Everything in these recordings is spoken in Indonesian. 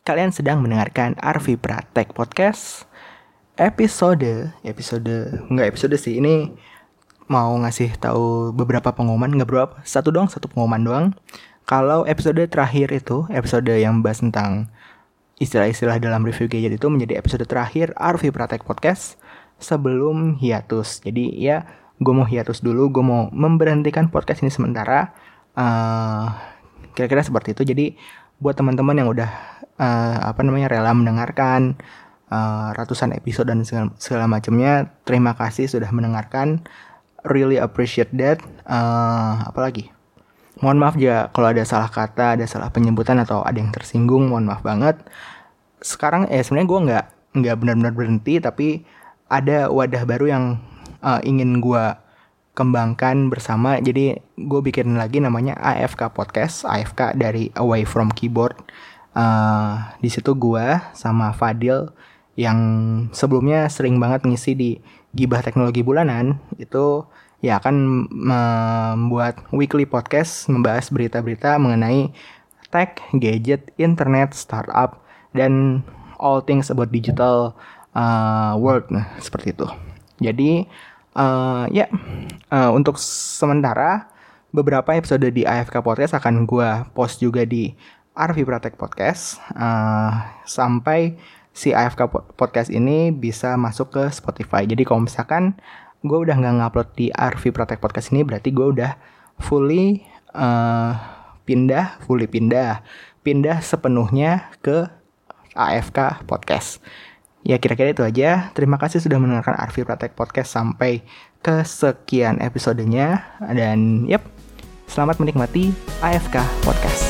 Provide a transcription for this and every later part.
Kalian sedang mendengarkan Arvi Pratek Podcast episode sih. Ini mau ngasih tahu beberapa pengumuman, nggak berapa, satu pengumuman doang. Kalau episode terakhir itu, episode yang membahas tentang istilah-istilah dalam review gadget itu menjadi episode terakhir Arvi Pratek Podcast sebelum hiatus. Jadi ya, gue mau hiatus dulu, gue mau memberhentikan podcast ini sementara. Kira-kira seperti itu. Jadi buat teman-teman yang udah rela mendengarkan ratusan episode dan segala macamnya, terima kasih sudah mendengarkan. Really appreciate that. Apalagi, mohon maaf ya kalau ada salah kata, ada salah penyebutan atau ada yang tersinggung, mohon maaf banget. Sekarang sebenarnya gue nggak benar-benar berhenti, tapi ada wadah baru yang ingin gue kembangkan bersama. Jadi gue bikin lagi namanya AFK Podcast. AFK dari Away From Keyboard. Di situ gue sama Fadil yang sebelumnya sering banget ngisi di Gibah Teknologi Bulanan itu ya akan membuat weekly podcast membahas berita-berita mengenai tech, gadget, internet, startup, dan all things about digital world. Nah, seperti itu. Jadi untuk sementara beberapa episode di AFK Podcast akan gue post juga di Arvi Pratek Podcast sampai si AFK Podcast ini bisa masuk ke Spotify. Jadi kalau misalkan gue udah nggak ngupload di Arvi Pratek Podcast ini, berarti gue udah fully pindah sepenuhnya ke AFK Podcast. Ya kira-kira itu aja. Terima kasih sudah mendengarkan Arvi Pratek Podcast sampai kesekian episodenya. Dan selamat menikmati AFK Podcast.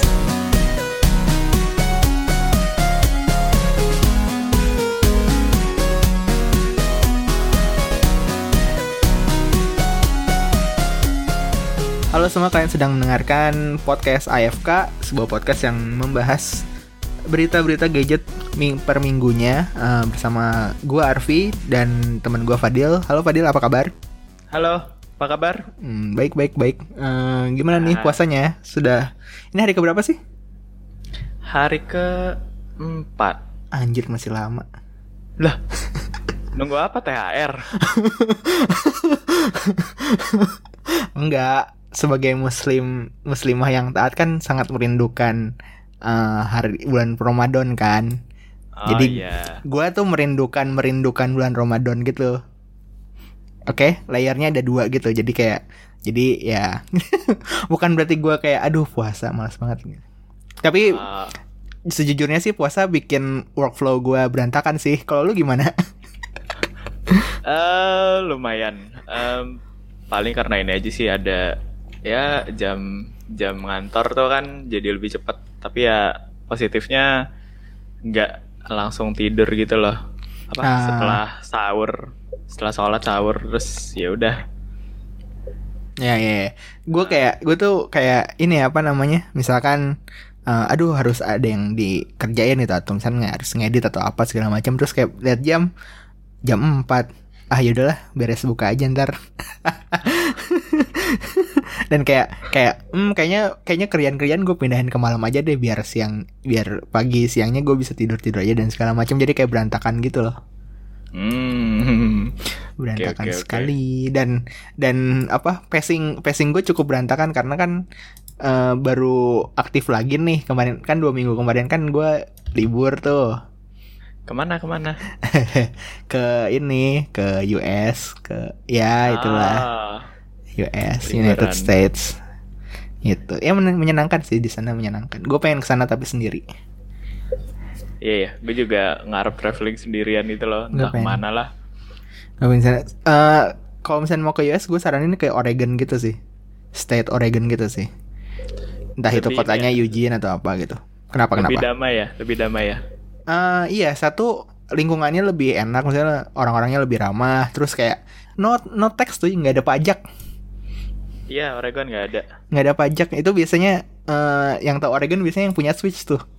Halo semua, kalian sedang mendengarkan podcast AFK, sebuah podcast yang membahas berita-berita gadget per minggunya bersama gue Arvi dan teman gue Fadil. Halo Fadil, apa kabar? Halo, apa kabar? Baik. Gimana nih puasanya? Ini hari keberapa sih? Hari ke-4. Anjir, masih lama. Lah, nunggu apa, THR? Enggak, sebagai muslimah yang taat kan sangat merindukan hari bulan Ramadan kan. Jadi gue tuh merindukan bulan Ramadan gitu. Oke, layarnya ada 2 gitu. Jadi ya bukan berarti gue kayak aduh puasa malas banget. Tapi sejujurnya sih puasa bikin workflow gue berantakan sih. Kalau lu gimana? Lumayan. Paling karena ini aja sih, ada ya jam ngantor tuh kan jadi lebih cepat. Tapi ya positifnya nggak langsung tidur gitu loh. Setelah sholat sahur terus ya udah. Ya. Gue tuh kayak ini misalkan harus ada yang dikerjain itu, atau misalnya harus ngedit atau apa segala macam, terus kayak lihat jam 4. Yaudahlah, beres buka aja ntar. Dan kayaknya kerjaan gue pindahin ke malam aja deh, biar pagi siangnya gue bisa tidur aja dan segala macam. Jadi kayak berantakan gitu loh. Berantakan sekali. Dan pacing gue cukup berantakan karena kan baru aktif lagi nih. Kemarin kan 2 minggu kemarin kan gue libur tuh. Kemana? Ke US, itulah. US, United States. Gitu. Ya menyenangkan sih di sana, menyenangkan. Gue pengen kesana tapi sendiri. Iya, gue juga ngarep traveling sendirian itu loh. Entah kemana lah. Kalau misalnya mau ke US, gue saranin ke Oregon gitu sih. State Oregon gitu sih. Entah lebih itu kotanya Eugene atau apa gitu. Kenapa? Lebih damai ya. Iya, satu lingkungannya lebih enak, misalnya orang-orangnya lebih ramah, terus kayak no tax tuh, nggak ada pajak. Iya, Oregon nggak ada pajak. Itu biasanya yang tahu Oregon biasanya yang punya Switch tuh.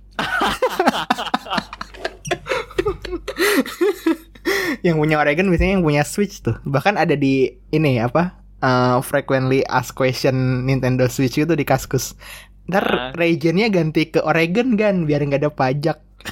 Yang punya Oregon biasanya yang punya Switch tuh. Bahkan ada di ini frequently asked question Nintendo Switch itu di Kaskus. Ntar regionnya ganti ke Oregon kan, biar nggak ada pajak.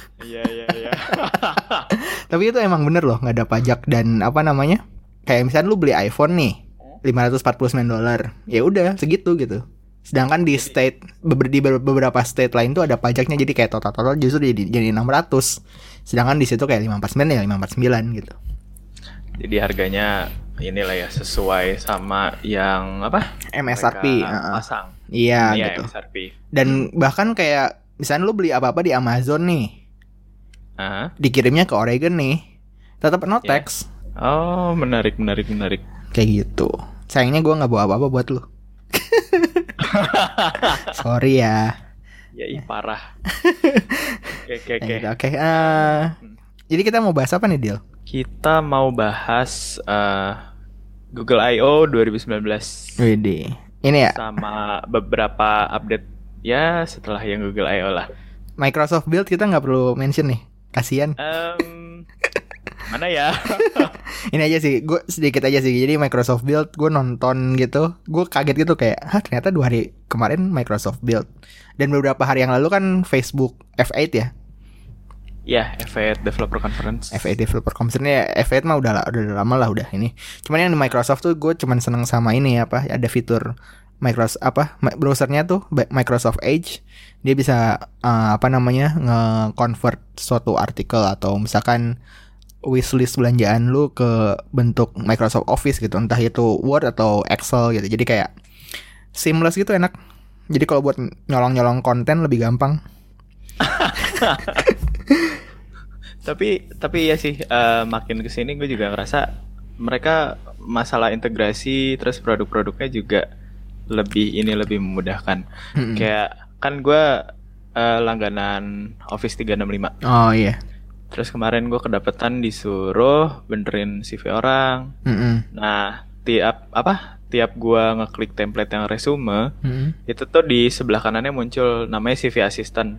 Tapi itu emang bener loh, nggak ada pajak. Dan apa namanya, kayak misalnya lu beli iPhone nih $549, ya udah segitu gitu. Sedangkan di beberapa state lain tuh ada pajaknya, jadi kayak total justru jadi 600. Sedangkan di situ kayak 549 ya 549 gitu. Jadi harganya inilah ya sesuai sama yang apa? MSRP, mereka pasang. Iya Iya, gitu. MSRP. Dan bahkan kayak misalnya lu beli apa-apa di Amazon nih, Aha. dikirimnya ke Oregon nih, tetap no Ya. tax. Oh, menarik. Kayak gitu. Sayangnya gue nggak bawa apa-apa buat lu. Sorry ya. Ya, parah. Oke. Kayak gitu. Oke. Jadi kita mau bahas apa nih, Dil? Kita mau bahas Google I.O. 2019 Widih. Ini ya, sama beberapa update ya setelah yang Google I.O. lah. Microsoft Build kita nggak perlu mention nih. Kasian. Mana ya? Ini aja sih, gue sedikit aja sih. Jadi Microsoft Build gue nonton gitu, gue kaget gitu kayak, ternyata 2 hari kemarin Microsoft Build. Dan beberapa hari yang lalu kan Facebook F8 ya. Ya, F8 Developer Conference. F8 Developer Conference ya, F8 mah udah lama lah udah ini. Cuman yang di Microsoft tuh gue cuman seneng sama ini apa, ada fitur Microsoft browsernya tuh Microsoft Edge. Dia bisa apa namanya, nge-convert suatu artikel atau misalkan wishlist belanjaan lu ke bentuk Microsoft Office gitu, entah itu Word atau Excel gitu. Jadi kayak seamless gitu, enak. Jadi kalau buat nyolong konten lebih gampang. Tapi ya sih, makin kesini gue juga ngerasa mereka masalah integrasi terus produk-produknya juga lebih memudahkan. Kayak kan gue langganan Office 365. Oh iya. Terus kemarin gue kedapetan disuruh benerin CV orang. Nah, tiap gue ngeklik template yang resume, itu tuh di sebelah kanannya muncul namanya CV Assistant.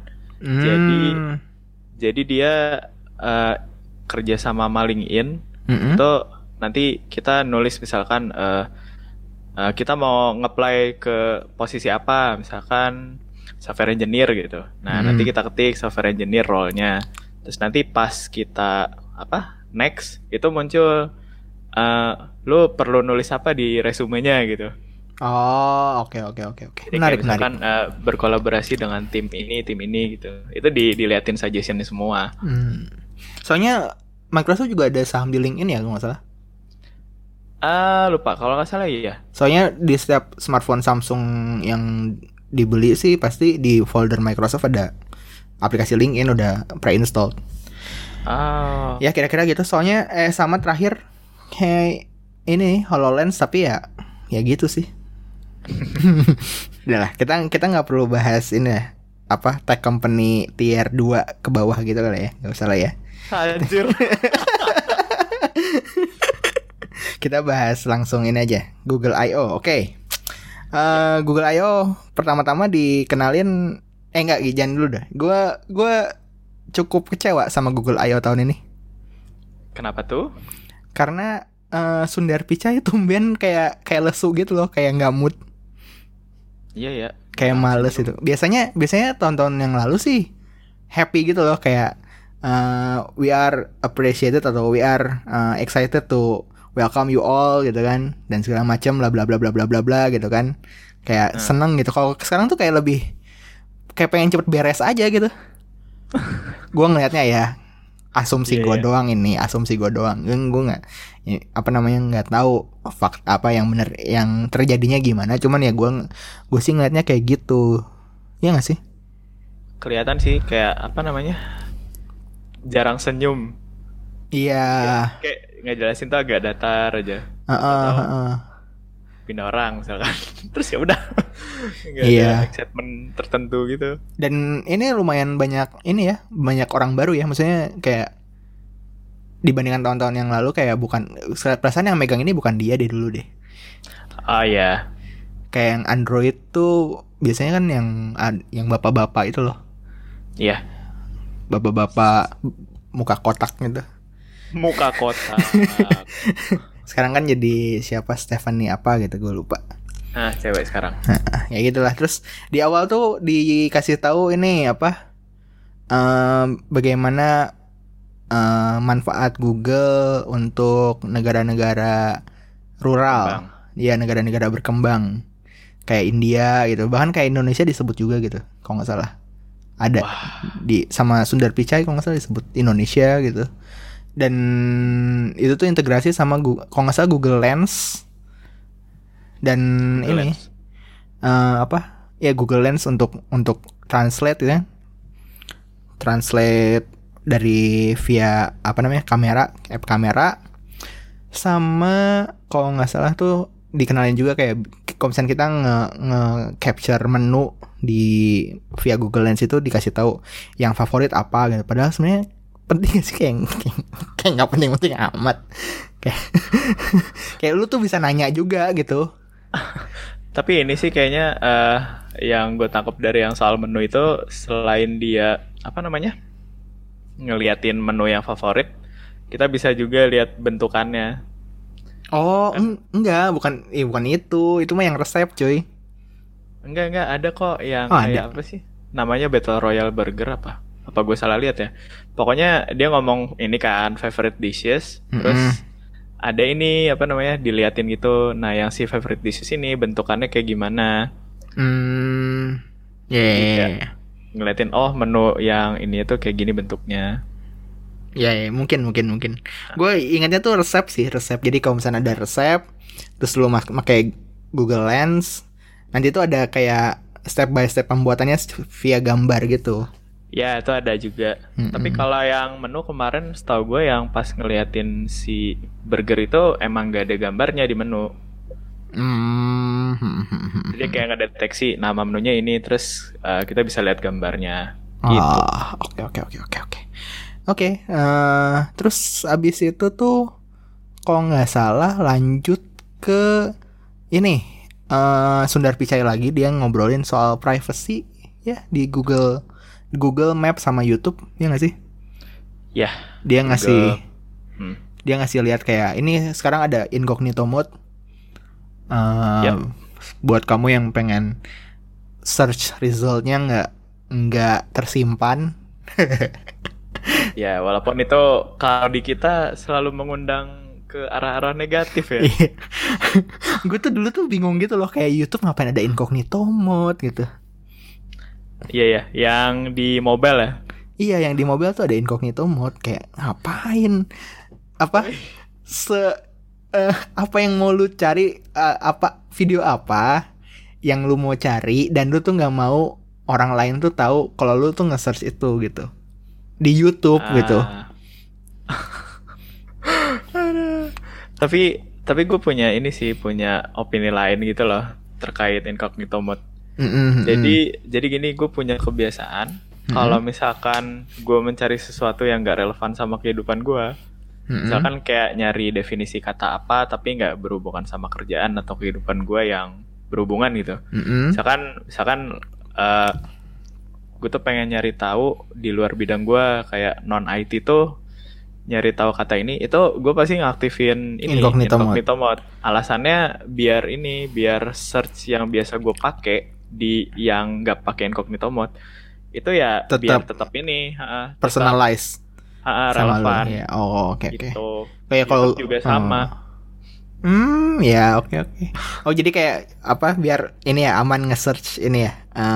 Jadi dia kerja sama LinkedIn. Itu nanti kita nulis misalkan kita mau nge-apply ke posisi apa, misalkan software engineer gitu. Nah, nanti kita ketik software engineer role-nya. Terus nanti pas kita next itu muncul lu perlu nulis apa di resumenya gitu. Oh, oke. Jadi menarik. Misalkan berkolaborasi dengan tim ini gitu. Itu diliatin suggestion-nya semua. Soalnya Microsoft juga ada saham di LinkedIn ya, kalau nggak salah. Lupa, kalau nggak salah iya. Soalnya di setiap smartphone Samsung yang dibeli sih pasti di folder Microsoft ada aplikasi LinkedIn udah pre-installed. Ya kira-kira gitu. Soalnya sama terakhir kayak ini HoloLens, tapi ya gitu sih. Udah lah, kita nggak perlu bahas ini ya, apa tech company tier 2 ke bawah gitu kali ya, nggak usah lah ya. Anjir. Kita bahas langsung ini aja, Google I.O. Oke. Google I.O. pertama-tama dikenalin, jangan dulu dah. Gue cukup kecewa sama Google I.O. tahun ini. Kenapa tuh? Karena Sundar Pichai tumben kayak lesu gitu loh, kayak nggak mood. Iya ya. Kayak males itu. Biasanya tahun-tahun yang lalu sih happy gitu loh, kayak we are appreciated atau we are excited to welcome you all gitu kan, dan segala macam bla bla bla bla bla bla bla gitu kan. Kayak seneng gitu. Kalau sekarang tuh kayak lebih kayak pengen cepet beres aja gitu. Gue ngelihatnya ya, asumsi gue doang ini, asumsi gue doang. Gue nggak tahu fakta apa yang benar, yang terjadinya gimana. Cuman ya gue sih ngelihatnya kayak gitu. Ya nggak sih? Kelihatan sih kayak jarang senyum. Iya. Kayak ngejelasin tuh agak datar aja. Pindah orang misalkan. Terus ya udah. Nggak ada excitement tertentu gitu. Dan ini lumayan banyak orang baru ya. Maksudnya kayak dibandingkan tahun-tahun yang lalu, kayak bukan, perasaan yang megang ini bukan dia deh dulu deh. Oh iya. Kayak yang Android tuh biasanya kan yang bapak-bapak itu loh. Iya. Bapak-bapak muka kotak gitu. Muka kotak. Sekarang kan jadi siapa, Stephanie apa gitu, gue lupa. Nah, cewek sekarang. Ya gitulah. Terus di awal tuh dikasih tahu ini bagaimana manfaat Google untuk negara-negara rural. Berkembang. Ya, negara-negara berkembang kayak India gitu. Bahkan kayak Indonesia disebut juga gitu, kalau nggak salah. Ada di sama Sundar Pichai kalau nggak salah disebut Indonesia gitu. Dan itu tuh integrasi sama kalau nggak salah Google Lens dan Google ini Lens. apa ya, Google Lens untuk translate ya, translate dari via apa namanya app kamera, sama kalau nggak salah tuh dikenalin juga kayak kalau misalnya kita nge capture menu di via Google Lens itu dikasih tahu yang favorit apa gitu. Padahal sebenarnya penting sih, kayak nggak penting-penting amat. Kayak kayak lu tuh bisa nanya juga gitu. Tapi ini sih kayaknya yang gue tangkap dari yang soal menu itu, selain dia apa namanya ngeliatin menu yang favorit, kita bisa juga lihat bentukannya. Oh, enggak, bukan itu mah yang resep, cuy. Enggak, ada kok yang Oh, kayak ada. apa sih? Namanya Battle Royale Burger apa? Apa gue salah lihat ya? Pokoknya dia ngomong ini kan favorite dishes, terus ada ini apa namanya diliatin gitu. Nah, yang si favorite dishes ini bentukannya kayak gimana? Jadi kayak ngeliatin, oh menu yang ini tuh kayak gini bentuknya. Ya, mungkin. Gue ingatnya tuh resep. Jadi kalau misalnya ada resep, terus lu pakai Google Lens, nanti tuh ada kayak step by step pembuatannya via gambar gitu. Ya, itu ada juga. Tapi kalau yang menu kemarin setahu gue yang pas ngeliatin si burger itu emang gak ada gambarnya di menu. Jadi kayak ngedeteksi nama menunya ini, terus kita bisa lihat gambarnya. Gitu. Oke, terus abis itu tuh kalau nggak salah lanjut ke ini Sundar Pichai lagi, dia ngobrolin soal privacy ya di Google Map sama YouTube, ya nggak sih? Ya. Dia ngasih Google. dia ngasih lihat kayak ini sekarang ada incognito mode. Buat kamu yang pengen search resultnya nggak tersimpan. Ya, walaupun itu kalau di kita selalu mengundang ke arah-arah negatif ya. Gue tuh dulu tuh bingung gitu loh, kayak YouTube ngapain ada incognito mode gitu. Iya, yang di mobile ya. Iya, yang di mobile tuh ada incognito mode, kayak ngapain? Apa apa yang mau lu cari, apa video apa yang lu mau cari dan lu tuh nggak mau orang lain tuh tahu kalau lu tuh nge-search itu gitu di YouTube gitu. Tapi gue punya opini lain gitu loh terkait incognito mode. Jadi gini, gue punya kebiasaan kalau misalkan gue mencari sesuatu yang gak relevan sama kehidupan gue, misalkan kayak nyari definisi kata apa tapi nggak berhubungan sama kerjaan atau kehidupan gue yang berhubungan gitu. Misalkan gue tuh pengen nyari tahu di luar bidang gue kayak non IT tuh, nyari tahu kata ini, itu gue pasti ngaktifin ini incognito mode. Alasannya biar search yang biasa gue pakai di yang nggak pakai incognito mode itu ya biar tetap ini personalize, relevan ya. Oh, oke. Gitu. Kayak kalau juga sama. Ya, oke. Oh, jadi kayak apa biar ini ya aman nge-search ini ya.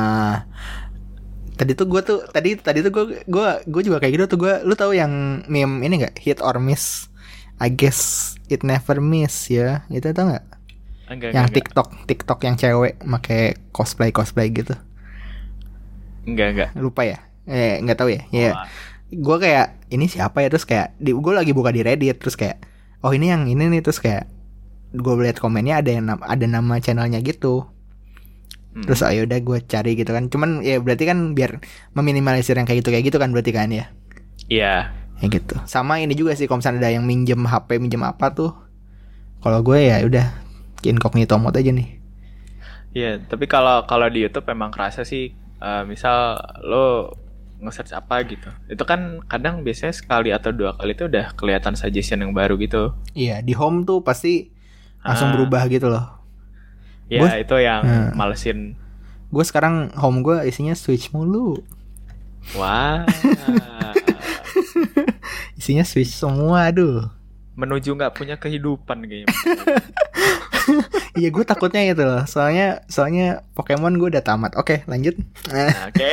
Tadi tuh gue juga kayak gitu tuh. Lu tahu yang meme ini nggak, hit or miss? I guess it never miss ya. Itu tau nggak? Yang TikTok yang cewek pakai cosplay gitu. Enggak. Lupa ya? Nggak tahu ya. Ya. Gue kayak ini siapa ya, terus kayak gue lagi buka di Reddit, terus kayak oh ini yang ini nih, terus kayak gue lihat komennya ada nama channelnya gitu. Terus ayo udah gue cari gitu kan. Cuman ya berarti kan biar meminimalisir yang kayak gitu kan berarti kan ya. Iya. Ya gitu. Sama ini juga sih, kalau misalnya ada yang minjem HP, minjem apa tuh, kalau gue ya udah incognito mode aja nih. Iya, tapi kalau di YouTube emang kerasa sih, misal lo nge-search apa gitu, itu kan kadang biasanya sekali atau dua kali itu udah kelihatan suggestion yang baru gitu. Iya, di home tuh pasti langsung berubah gitu loh. Ya, itu yang malesin. Gue sekarang home gue isinya Switch mulu. Wah. isinya Switch semua, aduh. Menuju nggak punya kehidupan kayaknya. Iya, gue takutnya itu loh. Soalnya Pokemon gue udah tamat. Oke, lanjut. Nah, oke.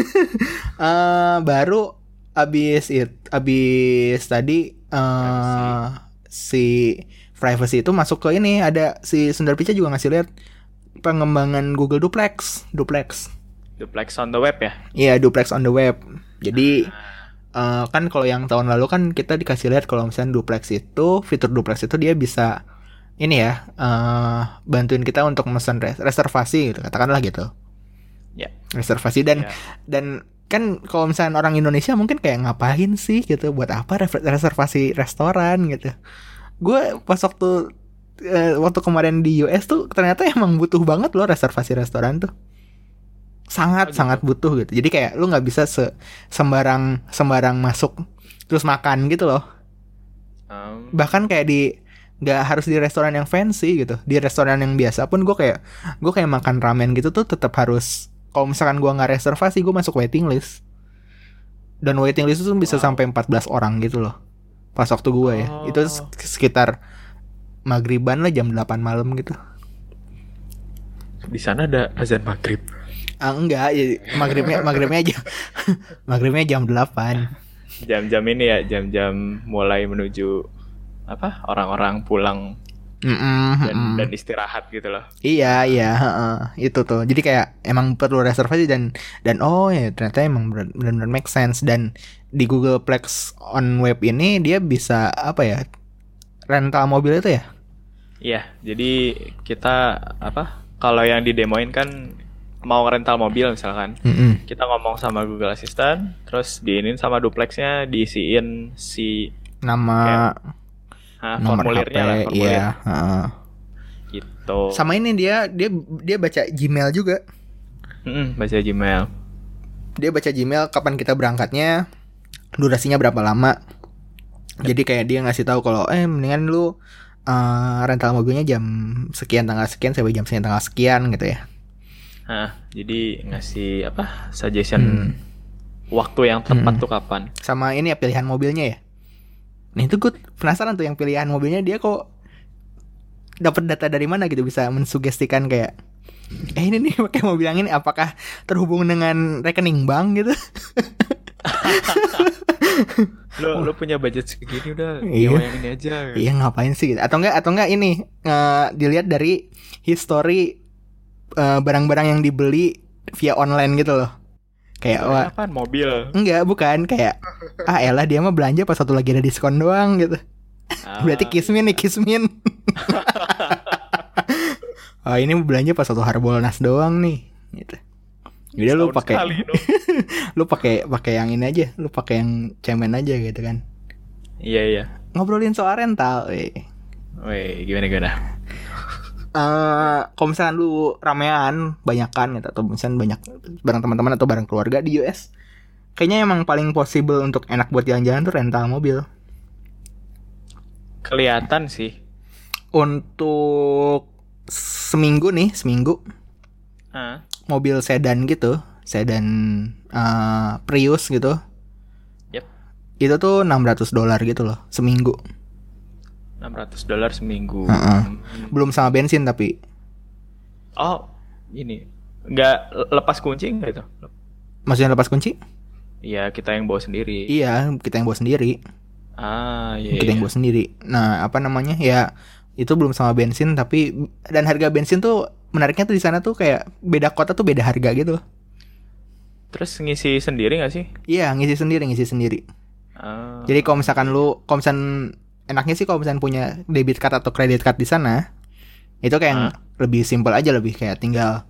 Baru abis tadi si privacy itu masuk ke ini, ada si Sundar Pichai juga ngasih lihat pengembangan Google Duplex. Duplex on the web ya. Iya, Duplex on the web. Jadi kan kalau yang tahun lalu kan kita dikasih lihat kalau misalnya Duplex itu, fitur Duplex itu dia bisa ini ya, bantuin kita untuk mesen reservasi gitu, katakanlah gitu. Ya. Reservasi dan kan kalau misalnya orang Indonesia mungkin kayak ngapain sih gitu, buat apa reservasi restoran gitu. Gue pas waktu kemarin di US tuh ternyata emang butuh banget loh reservasi restoran tuh. Sangat butuh gitu. Jadi kayak lu nggak bisa sembarang masuk terus makan gitu loh. Bahkan kayak nggak harus di restoran yang fancy gitu, di restoran yang biasa pun gue kayak makan ramen gitu tuh tetap harus, kalau misalkan gue nggak reservasi gue masuk waiting list, dan waiting list itu bisa sampai 14 orang gitu loh pas waktu gue ya. Itu sekitar maghriban lah, jam 8 malam gitu. Di sana ada azan maghrib? Enggak, ya, maghribnya jam 8. Jam-jam ini ya, jam-jam mulai menuju orang-orang pulang dan istirahat gitu loh. Iya, itu tuh. Jadi kayak emang perlu reservasi dan oh ya ternyata emang benar-benar make sense. Dan di Google Plex on web ini dia bisa rental mobil itu ya? Iya, jadi kita kalau yang didemoin kan mau rental mobil misalkan, kita ngomong sama Google Assistant, terus diinin sama Duplexnya, diisiin si nama, nomor formulirnya HP, lah, formulir. Iya, gitu. Sama ini dia baca Gmail juga. Baca Gmail. Dia baca Gmail kapan kita berangkatnya, durasinya berapa lama. Jadi kayak dia ngasih tahu kalau mendingan lu rental mobilnya jam sekian tanggal sekian sampai jam sekian tanggal sekian gitu ya. Jadi ngasih suggestion waktu yang tepat tuh kapan. Sama ini ya, pilihan mobilnya ya. Nah itu gue penasaran tuh, yang pilihan mobilnya dia kok dapat data dari mana gitu, bisa mensugestikan kayak ini nih pakai mobil yang ini, apakah terhubung dengan rekening bank gitu. Lo punya budget segini udah iya, yang ini aja. Iya, ngapain sih gitu. Atau enggak ini dilihat dari history barang-barang yang dibeli via online gitu loh. Kayak apaan, mobil? Enggak, bukan, kayak elah dia mah belanja pas satu lagi ada diskon doang gitu. Berarti kismin. Ini belanja pas satu Harbolnas doang nih gitu. Jadi lu pakai yang ini aja, lu pakai yang cemen aja gitu kan. Iya. Ngobrolin soal rental, gimana? Kalau misalnya lu ramean, banyakan gitu, atau misalnya banyak bareng teman-teman atau bareng keluarga di US, kayaknya emang paling possible untuk enak buat jalan-jalan tuh rental mobil. Kelihatan sih. Untuk seminggu, mobil sedan gitu, Prius gitu. Yep. Itu tuh $600 gitu loh seminggu. $600 seminggu. Belum sama bensin tapi. Ini nggak lepas kunci nggak itu? Maksudnya lepas kunci? Iya, kita yang bawa sendiri. Iya, kita yang bawa sendiri. Iya. Kita yang bawa sendiri. Nah, ya itu belum sama bensin, tapi dan harga bensin tuh menariknya tuh di sana tuh kayak beda kota tuh beda harga gitu. Terus ngisi sendiri nggak sih? Iya, ngisi sendiri. Jadi kalau misalkan enaknya sih kalau misalnya punya debit card atau credit card di sana, itu kayak lebih simple aja, lebih kayak tinggal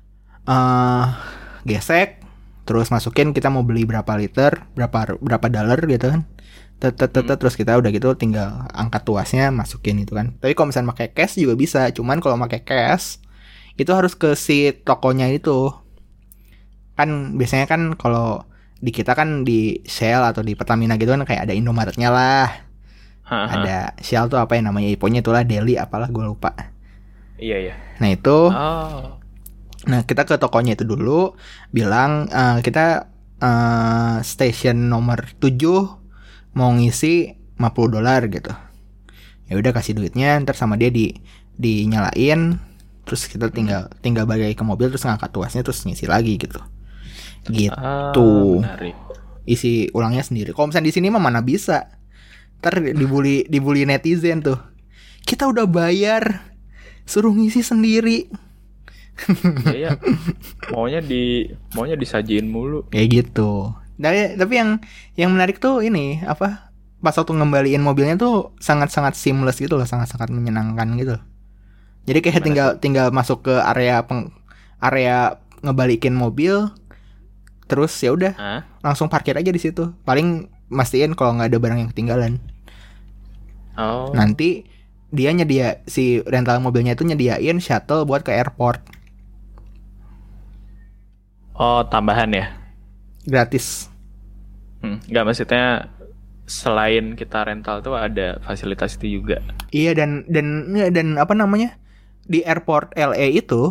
gesek, terus masukin kita mau beli berapa liter, berapa dollar gitu kan. Terus kita udah gitu tinggal angkat tuasnya, masukin itu kan. Tapi kalau misalnya pakai cash juga bisa, cuman kalau pakai cash itu harus ke si tokonya itu. Kan biasanya kan kalau di kita kan di Shell atau di Pertamina gitu kan kayak ada Indomaretnya lah. Ada Shell tuh apa yang namanya, pokoknya itulah Deli apalah gue lupa. Iya. Nah itu nah kita ke tokonya itu dulu, bilang kita station nomor 7 mau ngisi $50 gitu. Ya udah kasih duitnya, ntar sama dia dinyalain, terus kita tinggal balik ke mobil, terus ngangkat tuasnya, terus ngisi lagi gitu. Gitu. Menarik. Isi ulangnya sendiri. Kalau misalnya di sini mah mana bisa. Ntar dibully netizen tuh. Kita udah bayar, suruh ngisi sendiri. Iya. Maunya disajiin mulu. Kayak gitu. Tapi yang menarik tuh ini apa? Pas waktu ngembaliin mobilnya tuh sangat-sangat seamless gitu loh, sangat-sangat menyenangkan gitu. Jadi kayak tinggal masuk ke area ngebalikin mobil, terus ya udah langsung parkir aja di situ. Paling mastiin kalau nggak ada barang yang ketinggalan. Oh. Nanti dia si rental mobilnya itu nyediain shuttle buat ke airport. Oh, tambahan ya? Gratis. Nggak, maksudnya selain kita rental tuh ada fasilitas itu juga. Iya, dan apa namanya? Di airport LA itu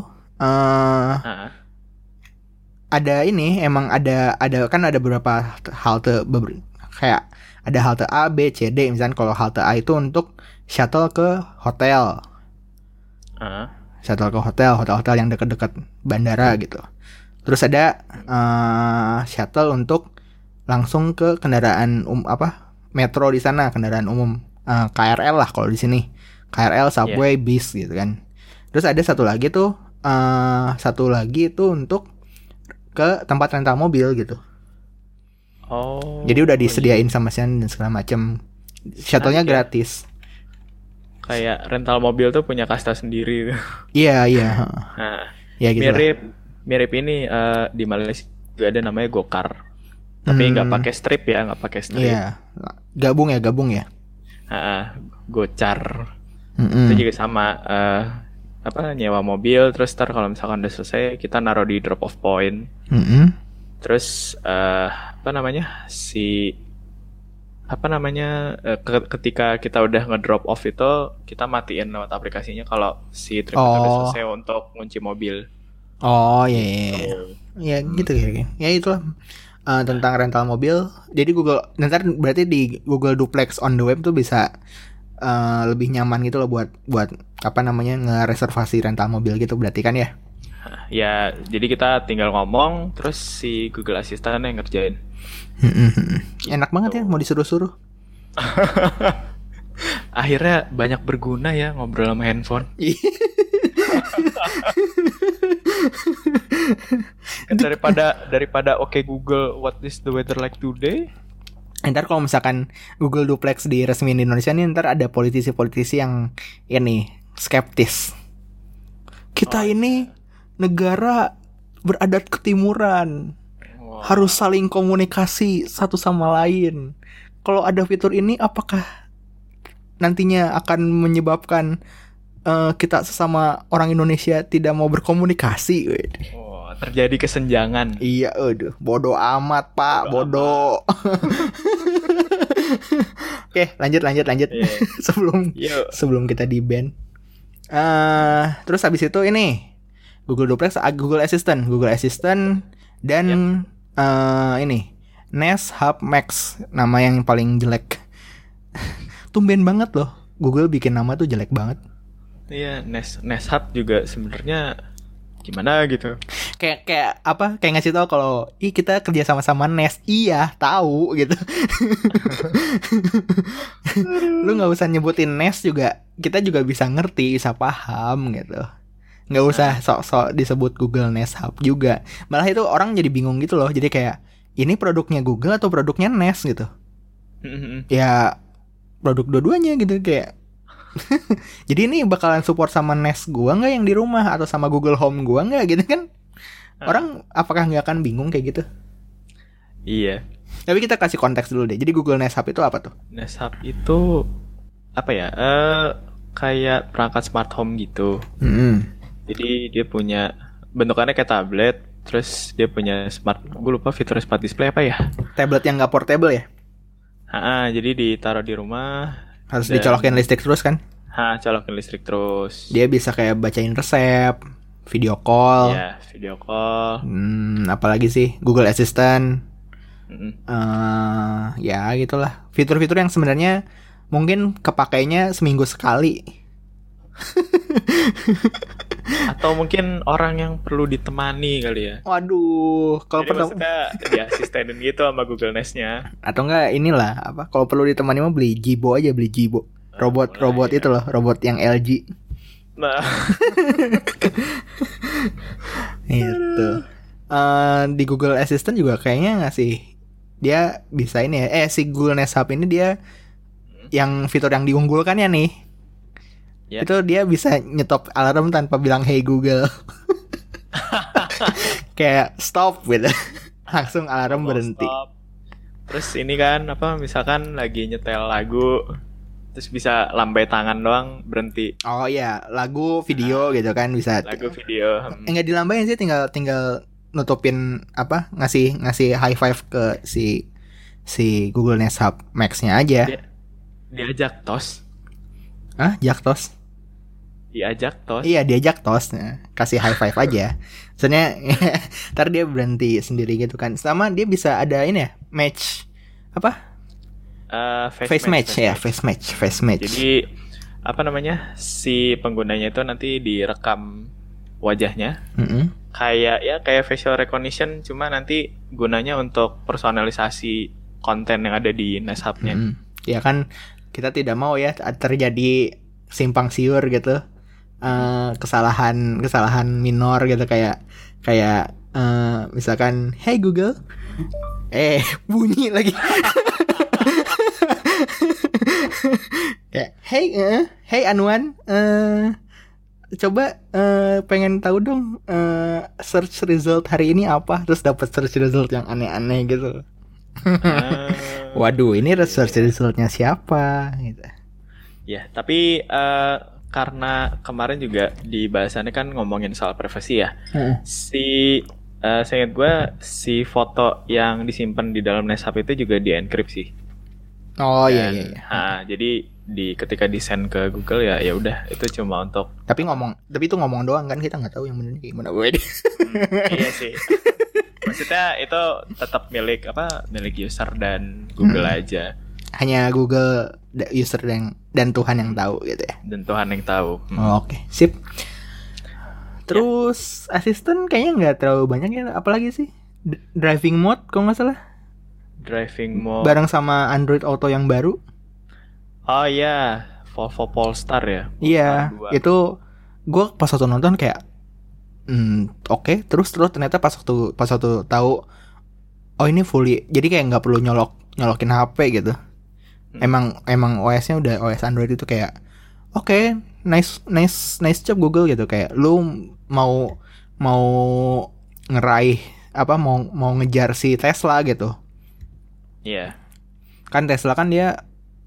ada ini, emang ada kan ada beberapa halte, kayak ada halte A, B, C, D. Misalnya kalau halte A itu untuk shuttle ke hotel. Shuttle ke hotel yang dekat-dekat bandara gitu. Terus ada shuttle untuk langsung ke kendaraan metro di sana, kendaraan umum, KRL lah kalau di sini, KRL, subway, bis gitu kan. Terus ada satu lagi itu untuk ke tempat rental mobil gitu. Oh. Jadi udah disediain sama Sian dan segala macam. Shuttle-nya gratis. Kayak rental mobil tuh punya kasta sendiri. Iya. Nah, ya gitu. Mirip ini di Malaysia juga ada namanya Gokar. Tapi nggak pakai strip ya, nggak pakai strip. Iya. Gabung ya. Gocar. Itu juga sama. Nyewa mobil, terus ntar kalau misalkan udah selesai kita naruh di drop off point. Terus ketika kita udah ngedrop off itu kita matiin lewat aplikasinya kalau si trip itu udah selesai untuk ngunci mobil. Oh iya. Ya gitu ya. Ya itulah tentang rental mobil. Jadi berarti di Google Duplex on the web tuh bisa lebih nyaman gitu loh buat ngereservasi rental mobil gitu berarti kan ya? Ya, jadi kita tinggal ngomong terus si Google Assistant yang ngerjain. Enak banget ya, mau disuruh-suruh. Akhirnya banyak berguna ya ngobrol sama handphone. Daripada oke Google, what is the weather like today? Ntar kalau misalkan Google Duplex diresmiin di Indonesia nih, ntar ada politisi-politisi yang ini skeptis. Kita ini negara beradat ketimuran, harus saling komunikasi satu sama lain. Kalau ada fitur ini, apakah nantinya akan menyebabkan kita sesama orang Indonesia tidak mau berkomunikasi? Terjadi kesenjangan. Iya, bodoh amat Pak, bodoh. Oke, lanjut. Yeah. sebelum kita di ban. Terus habis itu ini Google Duplex, Google Assistant dan ini Nest Hub Max, nama yang paling jelek. Tumben banget loh, Google bikin nama tuh jelek banget. Iya, Nest Hub juga sebenarnya gimana gitu. Kayak ngasih tahu kalau kita kerja sama-sama Nest. Iya, tahu gitu. Lu nggak usah nyebutin Nest juga, kita juga bisa ngerti, bisa paham gitu. Nggak usah sok-sok disebut Google Nest Hub juga. Malah itu orang jadi bingung gitu loh. Jadi kayak ini produknya Google atau produknya Nest gitu. Ya produk dua-duanya gitu kayak. Jadi ini bakalan support sama Nest gua nggak yang di rumah atau sama Google Home gua nggak gitu kan? Orang apakah nggak akan bingung kayak gitu? Iya. Tapi kita kasih konteks dulu deh. Jadi Google Nest Hub itu apa tuh? Nest Hub itu apa ya? Kayak perangkat smart home gitu. Jadi dia punya bentukannya kayak tablet, terus dia punya gue lupa fitur smart display apa ya? Tablet yang nggak portable ya? Jadi ditaruh di rumah. Harus dicolokin listrik terus kan? Colokin listrik terus. Dia bisa kayak bacain resep, video call. Iya, video call. Apalagi sih? Google Assistant. Ya gitulah, fitur-fitur yang sebenarnya mungkin kepakainya seminggu sekali. Atau mungkin orang yang perlu ditemani kali ya. Waduh, kalau Jadi maksudnya diasistenin gitu sama Google Nest-nya. atau enggak inilah apa? Kalau perlu ditemani mah beli Jibo aja, beli Jibo. Robot Ya. itu loh, robot yang LG. Nah, Itu. Di Google Assistant juga kayaknya ngasih, dia bisa ini ya. Si Google Nest Hub ini dia yang fitur yang diunggulkannya nih. ya. Itu dia bisa nyetop alarm tanpa bilang hey Google. Kayak stop gitu. Langsung alarm Mau berhenti. stop. Terus ini kan apa misalkan lagi nyetel lagu terus bisa lambai tangan doang berhenti. Oh iya, lagu, video gitu kan bisa. Lagu video. Enggak dilambain sih, tinggal nutupin apa, ngasih high five ke si Google Nest Hub Max-nya aja. Diajak tos. Jaktos. Diajak tos. Iya, diajak tos. Nah, kasih high five aja. Soalnya ntar dia berhenti sendiri gitu kan. Sama dia bisa ada ini ya, match apa? Face match. Face match. Jadi apa namanya? Si penggunanya itu nanti direkam wajahnya. Kayak facial recognition, cuma nanti gunanya untuk personalisasi konten yang ada di Nest Hub-nya. Ya kan kita tidak mau ya terjadi simpang siur gitu. Kesalahan minor gitu, kayak misalkan hey Google, bunyi lagi. Kayak hey Anwan, coba pengen tahu dong search result hari ini apa, terus dapat search result yang aneh-aneh gitu. Waduh, ini search resultnya siapa gitu. Ya, tapi karena kemarin juga di bahasannya kan ngomongin soal privasi ya. Saya ingat gue si foto yang disimpan di dalam Nest Hub itu juga dienkripsi. Oh iya. Jadi ketika di-send ke Google ya udah itu cuma untuk. Tapi itu ngomong doang kan, kita nggak tahu yang benernya gimana. Iya sih. Maksudnya itu tetap milik user dan Google aja. Hanya Google user dan Tuhan yang tahu gitu ya. Dan Tuhan yang tahu. Oke, sip. Terus asisten kayaknya nggak terlalu banyak ya, apalagi sih driving mode kalau nggak salah. Driving mode. Bareng sama Android Auto yang baru. Oh iya, Volvo Polestar ya. Iya, itu gue pas waktu nonton kayak, oke. Terus ternyata pas waktu tahu, oh ini fully, jadi kayak nggak perlu nyolokin HP gitu. Emang OS-nya udah OS Android itu kayak, oke, nice job Google gitu, kayak lu mau ngeraih apa, mau ngejar si Tesla gitu. Iya. Kan Tesla kan dia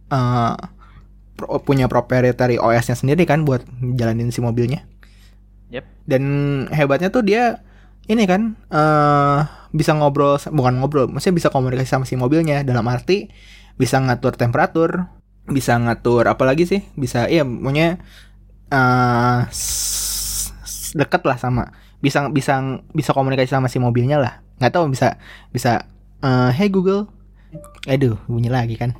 punya proprietary OS-nya sendiri kan buat jalanin si mobilnya. Yep. Dan hebatnya tuh dia ini kan bisa bukan ngobrol, maksudnya bisa komunikasi sama si mobilnya, dalam arti bisa ngatur temperatur, bisa ngatur apa lagi sih? Bisa pokoknya dekat lah sama, bisa komunikasi sama si mobilnya lah. Nggak tahu bisa hey Google, aduh bunyi lagi kan.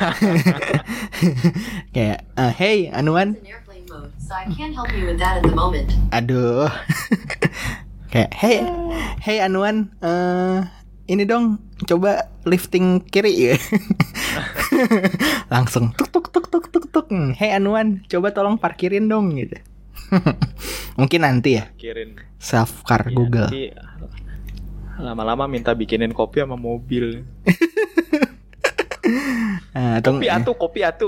Kayak hey Anwan, aduh. Kayak hey Anwan, ini dong coba lifting kiri ya. Langsung tuk. Hey Anwan, coba tolong parkirin dong gitu. Mungkin nanti ya. Parkirin. Self car Google. Nanti, lama-lama minta bikinin kopi sama mobil. Kopi atu.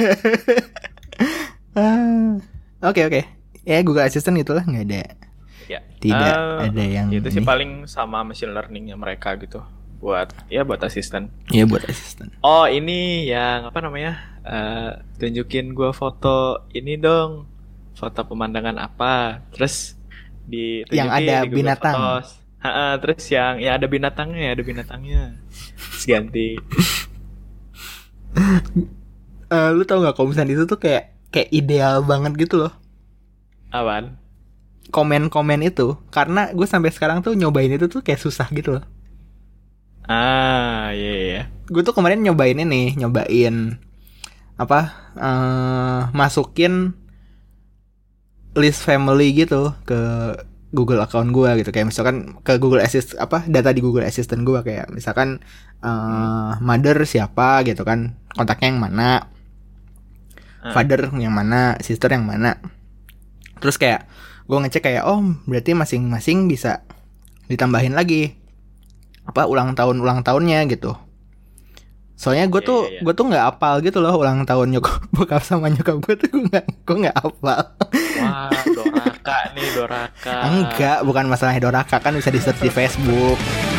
Oke. Ya Google Assistant itulah, nggak ada. Ya. Tidak ada yang itu sih paling sama machine learningnya mereka gitu. Buat asisten. Iya, buat asisten. Oh, ini yang apa namanya? Tunjukin gua foto ini dong. Foto pemandangan apa? Terus ditunjukin yang ada di binatang. Terus yang ada binatangnya, Terus ganti. Lu tau nggak kalau misalnya itu tuh kayak ideal banget gitu loh. Apaan? Komen itu, karena gue sampai sekarang tuh nyobain itu tuh kayak susah gitu loh. Iya iya. Gue tuh kemarin nyobain apa? Masukin list family gitu ke Google account gue gitu, kayak misalkan ke Google Assistant, apa, data di Google Assistant gue, kayak misalkan mother siapa gitu kan, kontaknya yang mana, father yang mana, sister yang mana. Terus kayak gue ngecek kayak berarti masing-masing bisa ditambahin lagi apa ulang tahunnya gitu. Soalnya gue tuh nggak hafal gitu loh ulang tahun bokap sama nyokap gue tuh, gue nggak hafal. Wah, Doraka. Enggak, bukan masalah Doraka, kan bisa di search di Facebook.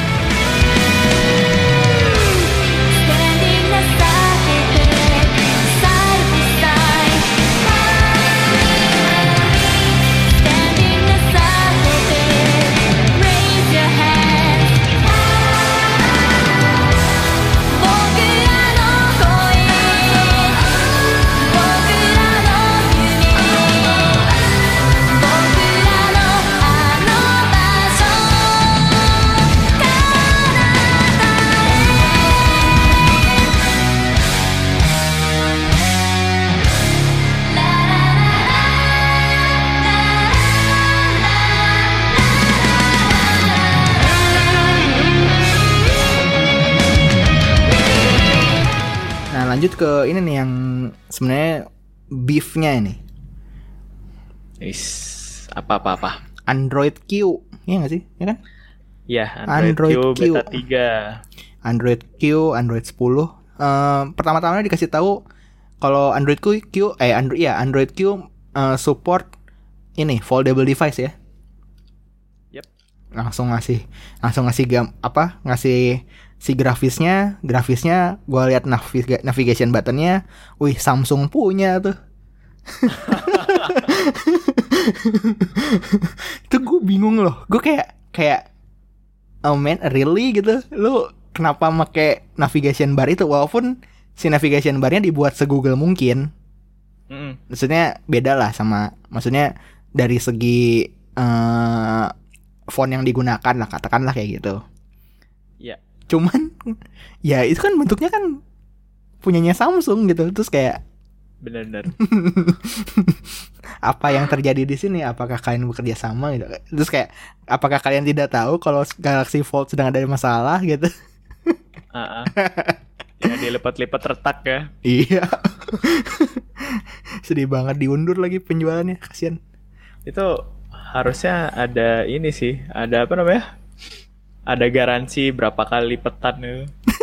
Lanjut ke ini nih yang sebenarnya beefnya ini. Apa? Android Q, ya nggak sih, ya kan? Ya, Android Q beta 3. Android Q, Android 10. Pertama-tama dikasih tahu kalau Android Q support ini foldable device ya. Yep. Langsung ngasih ngasih si grafisnya gue lihat navigation buttonnya, wih Samsung punya tuh. Itu gue bingung loh, gue kayak oh man really gitu, lu kenapa make navigation bar itu, walaupun si navigation barnya dibuat se-Google mungkin. Maksudnya beda lah sama, maksudnya dari segi font yang digunakan lah, katakanlah kayak gitu. Iya. Cuman ya itu kan bentuknya kan punyanya Samsung gitu. Terus kayak benar-benar apa yang terjadi di sini? Apakah kalian bekerja sama gitu? Terus kayak apakah kalian tidak tahu kalau Galaxy Fold sedang ada masalah gitu? Ya dilipat-lipat retak ya. Iya. Sedih banget, diundur lagi penjualannya, kasian. Itu harusnya ada ini sih, ada apa namanya? Ada garansi berapa kali lipatan itu.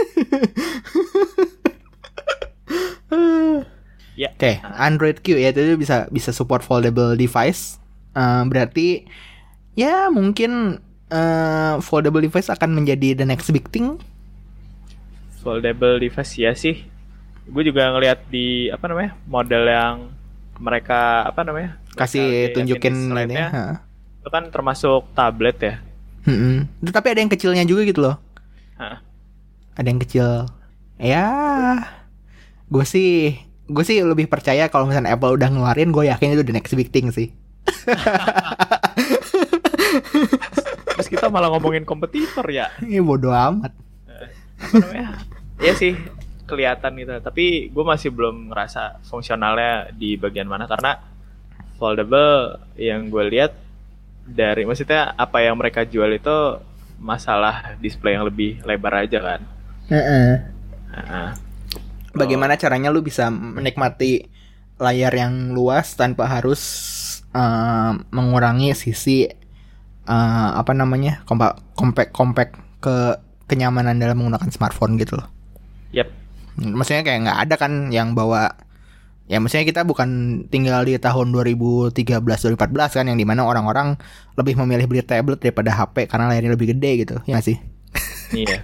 Ya. Oke, Android Q ya itu bisa support foldable device. Berarti ya mungkin foldable device akan menjadi the next big thing. Foldable device ya sih. Gue juga ngelihat di apa namanya? Model yang mereka apa namanya? Kasih tunjukin lainnya. Itu kan termasuk tablet ya. Tapi ada yang kecilnya juga gitu loh. Ada yang kecil. Ya, gue sih lebih percaya kalau misalnya Apple udah ngeluarin, gue yakin itu the next big thing sih. Terus kita malah ngomongin kompetitor ya. Ini bodo amat. Apa namanya? Iya sih, kelihatan gitu. Tapi gue masih belum ngerasa fungsionalnya di bagian mana, karena foldable yang gue lihat dari, maksudnya apa yang mereka jual itu masalah display yang lebih lebar aja kan. Bagaimana caranya lu bisa menikmati layar yang luas tanpa harus mengurangi sisi compact ke kenyamanan dalam menggunakan smartphone gitu loh. Yep. Maksudnya kayak nggak ada kan yang bawa. Ya maksudnya kita bukan tinggal di tahun 2013-2014 kan, yang dimana orang-orang lebih memilih beli tablet daripada HP karena layarnya lebih gede gitu, ya gak sih? Iya.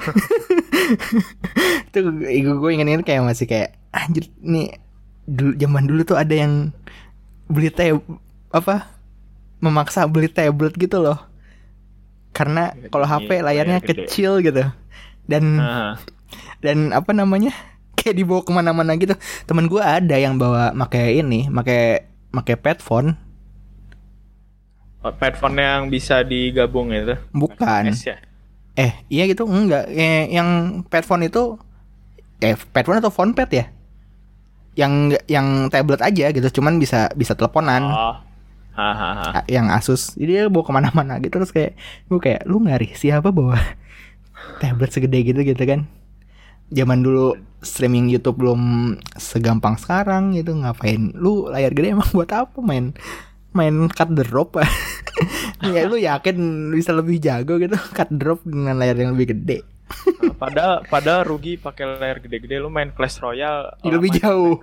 Itu gue ingin kayak masih kayak anjir nih, zaman dulu tuh ada yang beli memaksa beli tablet gitu loh, karena kalau HP layarnya kecil gitu, dan apa namanya, kayak dibawa kemana-mana gitu. Temen gue ada yang bawa pakai pad phone. Pad phone yang bisa digabung itu. Bukan. S ya? Iya gitu enggak. Yang pad phone itu pad phone atau phone pad ya? Yang tablet aja gitu, cuman bisa teleponan. Oh. Hahaha. Yang Asus. Jadi dia bawa kemana-mana gitu, terus kayak gue kayak lu ngari siapa bawa tablet segede gitu kan. Zaman dulu streaming YouTube belum segampang sekarang gitu, ngapain lu layar gede emang buat apa main cut the rope. Ya lu yakin bisa lebih jago gitu cut the rope dengan layar yang lebih gede. Padahal rugi pakai layar gede-gede, lu main Clash Royale lebih jauh.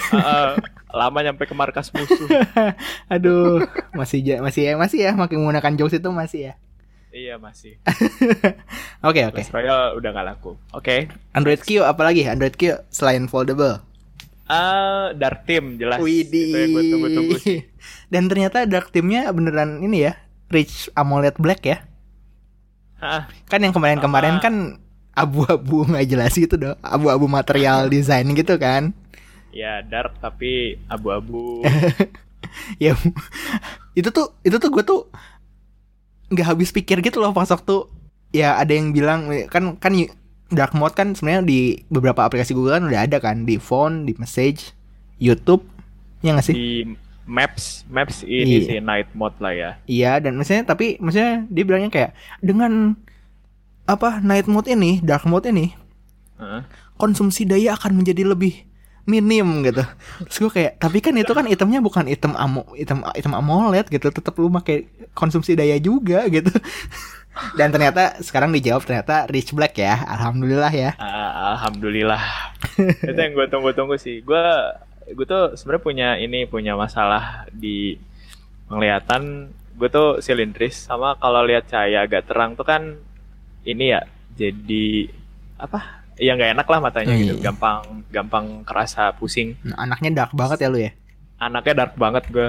Lama nyampe ke markas musuh. Aduh, masih ya makin menggunakan jokes itu masih ya. Iya masih. Oke. Clash Royale udah gak laku. Oke. Android Q apalagi? Android Q selain foldable. Dark Theme jelas. Widih. Itu yang gue tunggu-tunggu sih. Dan ternyata Dark Theme-nya beneran ini ya, Rich AMOLED Black ya. Kan yang kemarin kan abu-abu nggak jelas gitu dong, abu-abu material desain gitu kan. Ya dark tapi abu-abu. Ya itu tuh gue tuh nggak habis pikir gitu loh pas waktu ya ada yang bilang kan dark mode kan sebenarnya di beberapa aplikasi Google kan udah ada kan, di phone, di message, YouTube, ya nggak sih? Di Maps ini sih night mode lah ya. Iya, dan maksudnya dia bilangnya kayak dengan night mode ini, dark mode ini, konsumsi daya akan menjadi lebih minim gitu. Terus gue kayak, tapi kan itu kan itemnya bukan item AMOLED gitu, tetap lu pakai konsumsi daya juga gitu. Dan ternyata sekarang dijawab ternyata Rich Black ya, alhamdulillah ya. Alhamdulillah. Itu yang gue tunggu-tunggu sih. Gue tuh sebenarnya punya masalah di penglihatan. Gue tuh silindris, sama kalau lihat cahaya agak terang tuh kan ini ya jadi ya nggak enak lah matanya gitu, gampang kerasa pusing. Anaknya dark banget ya lu ya? Anaknya dark banget gue.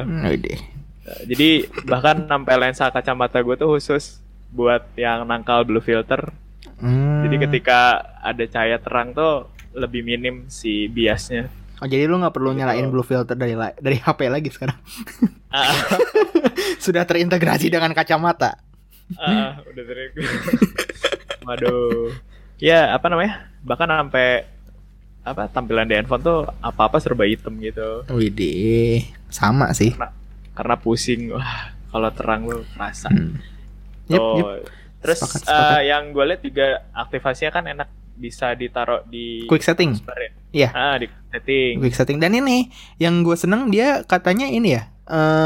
Jadi bahkan sampai lensa kacamata gue tuh khusus buat yang nangkal blue filter. Jadi ketika ada cahaya terang tuh lebih minim si biasnya. Oh, jadi lu nggak perlu nyalain blue filter dari HP lagi sekarang? Sudah terintegrasi dengan kacamata. Udah terintegrasi. Waduh. Ya bahkan sampai tampilan di handphone tuh apa serba hitam gitu. Widih, sama sih. Karena pusing. Wah, kalau terang lu kerasa. Yep. Terus Sepakat. Yang gue lihat juga aktivasinya kan enak, bisa ditaruh di quick setting. Iya. Di setting. Quick setting. Dan ini yang gue seneng, dia katanya ini ya,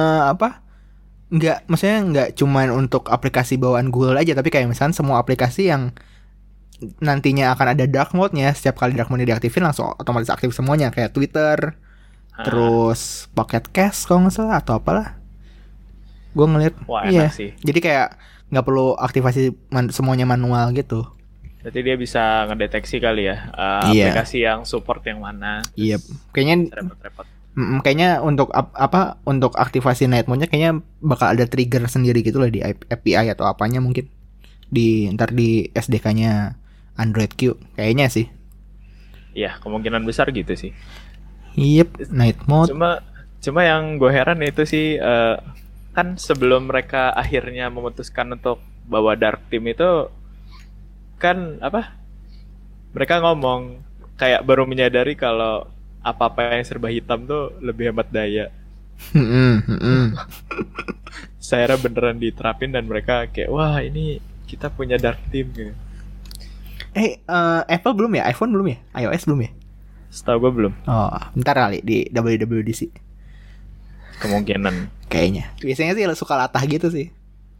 maksudnya nggak cuman untuk aplikasi bawaan Google aja, tapi kayak misalnya semua aplikasi yang nantinya akan ada dark mode-nya, setiap kali dark mode diaktifin langsung otomatis aktif semuanya, kayak Twitter, terus Pocket Cast kalau nggak salah atau apalah. Gue ngeliat. Wah, enak sih. Jadi kayak nggak perlu aktivasi semuanya manual gitu. Berarti dia bisa ngedeteksi kali ya aplikasi yang support yang mana. Iya, kayaknya repot-repot. Kayaknya untuk untuk aktivasi night mode-nya kayaknya bakal ada trigger sendiri gitu lah di API atau apanya mungkin ntar di SDK-nya Android Q kayaknya sih. Iya, kemungkinan besar gitu sih. Yep, night mode. Cuma yang gue heran itu sih kan sebelum mereka akhirnya memutuskan untuk bawa dark theme itu kan mereka ngomong kayak baru menyadari kalau apa-apa yang serba hitam tuh lebih hemat daya. Saya beneran diterapin dan mereka kayak wah ini kita punya dark theme gitu. Apple belum ya? iPhone belum ya? iOS belum ya? Setahu gue belum. Oh, bentar kali di WWDC. Kemungkinan. Kayaknya. Biasanya sih suka latah gitu sih.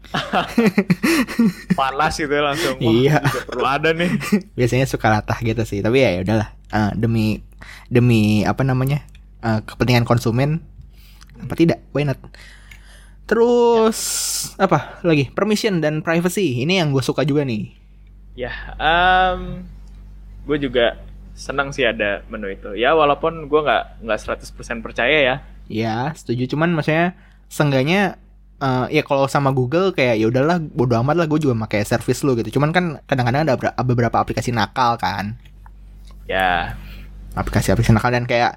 Panas gitu langsung. Iya. Perlu ada nih. Biasanya suka latah gitu sih. Tapi ya udahlah. Demi kepentingan konsumen. Apa tidak? Why not? Terus apa lagi? Permission dan privacy. Ini yang gue suka juga nih. Ya, gue juga senang sih ada menu itu. Ya walaupun gue nggak 100% percaya ya. Ya setuju, cuman maksudnya seenggaknya ya kalau sama Google kayak ya udahlah bodo amat lah, gue juga pakai service lu gitu. Cuman kan kadang-kadang ada beberapa aplikasi nakal kan. Ya. Aplikasi nakal dan kayak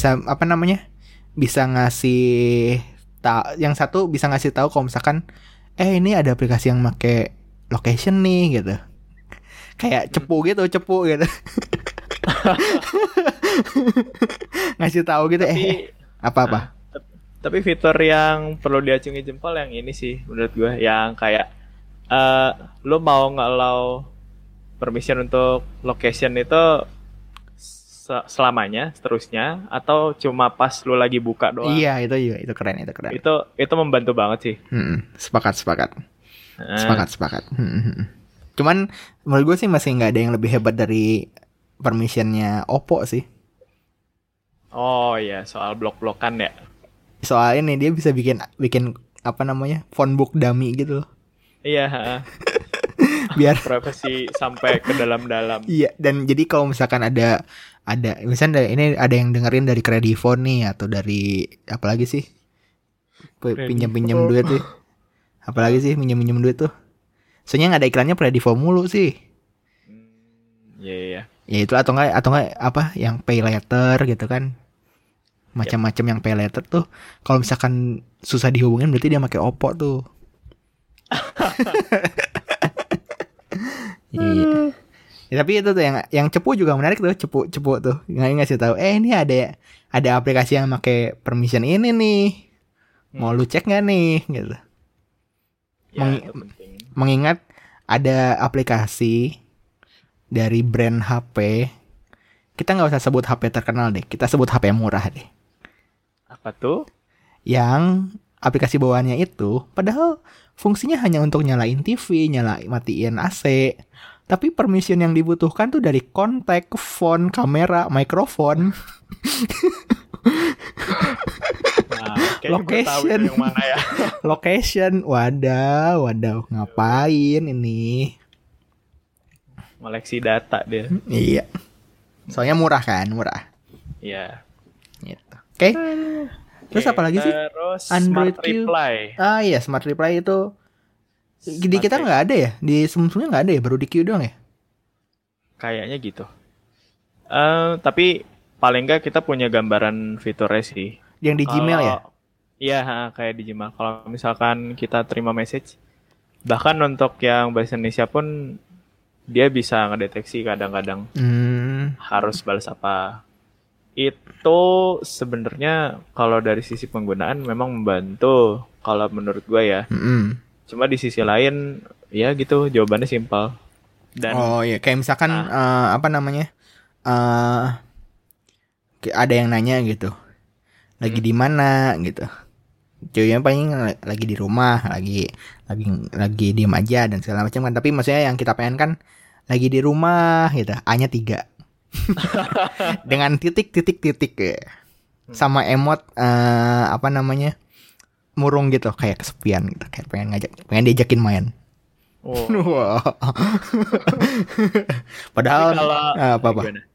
bisa ngasih yang satu bisa ngasih tahu kalau misalkan ini ada aplikasi yang make location nih gitu. Kayak cepu gitu. Ngasih tahu gitu Tapi apa-apa. tapi fitur yang perlu diacungi jempol yang ini sih menurut gue, yang kayak lo mau nge-allow permission untuk location itu selamanya, seterusnya, atau cuma pas lo lagi buka doang. Iya, itu keren. Itu membantu banget sih. Sepakat. Sepakat. Cuman menurut gue sih masih nggak ada yang lebih hebat dari permissionnya Oppo sih. Oh iya, soal blok-blokan ya. Soal ini dia bisa bikin apa namanya, phonebook dummy gitu loh. Iya. Biar privasi sampai ke dalam-dalam. Iya, dan jadi kalau misalkan ada misalnya ini ada yang dengerin dari Krediphone nih, atau dari apalagi sih, pinjam duit tuh, apalagi sih pinjam duit tuh, soalnya nggak ada iklannya Krediphone mulu sih. Iya. Ya itu atau enggak apa yang pay later gitu kan, macam-macam yang pay later tuh, kalau misalkan susah dihubungin berarti dia pakai Oppo tuh. Iya. Ya, tapi itu tuh yang cepu juga menarik tuh, cepu tuh ngasih tahu ini ada aplikasi yang pakai permission ini nih, mau lu cek nggak nih gitu. Ya, Mengingat ada aplikasi dari brand HP, kita nggak usah sebut HP terkenal deh, kita sebut HP murah deh. Apa tuh? Yang aplikasi bawaannya itu padahal fungsinya hanya untuk nyalain TV, matiin AC. Tapi permission yang dibutuhkan tuh dari kontak, phone, kamera, mikrofon. Location. Yang mana ya? Location. Wadaw. Ngapain ini? Koleksi data dia. Iya. Soalnya murah kan, Iya. Gitu. Oke. Terus apa lagi sih? Terus Android Smart Reply. Iya, Smart Reply itu di kita nggak ada ya, di sebelumnya nggak ada ya, baru di Q doang ya. Kayaknya gitu. Tapi paling nggak kita punya gambaran fiturnya sih. Yang di Gmail ya? Iya, kayak di Gmail. Kalau misalkan kita terima message, bahkan untuk yang bahasa Indonesia pun dia bisa ngedeteksi kadang-kadang harus balas apa. Itu sebenarnya kalau dari sisi penggunaan memang membantu kalau menurut gue ya. Cuma di sisi lain ya gitu, jawabannya simpel. Dan kayak misalkan apa namanya, ada yang nanya gitu, lagi di mana gitu, ceweknya paling lagi di rumah, lagi diem aja dan segala macam kan. Tapi maksudnya yang kita pengen kan lagi di rumah gitu, A-nya 3 dengan titik ya. Sama emot apa namanya, murung gitu, kayak kesepian gitu, kayak pengen diajakin main. Wow. Padahal apa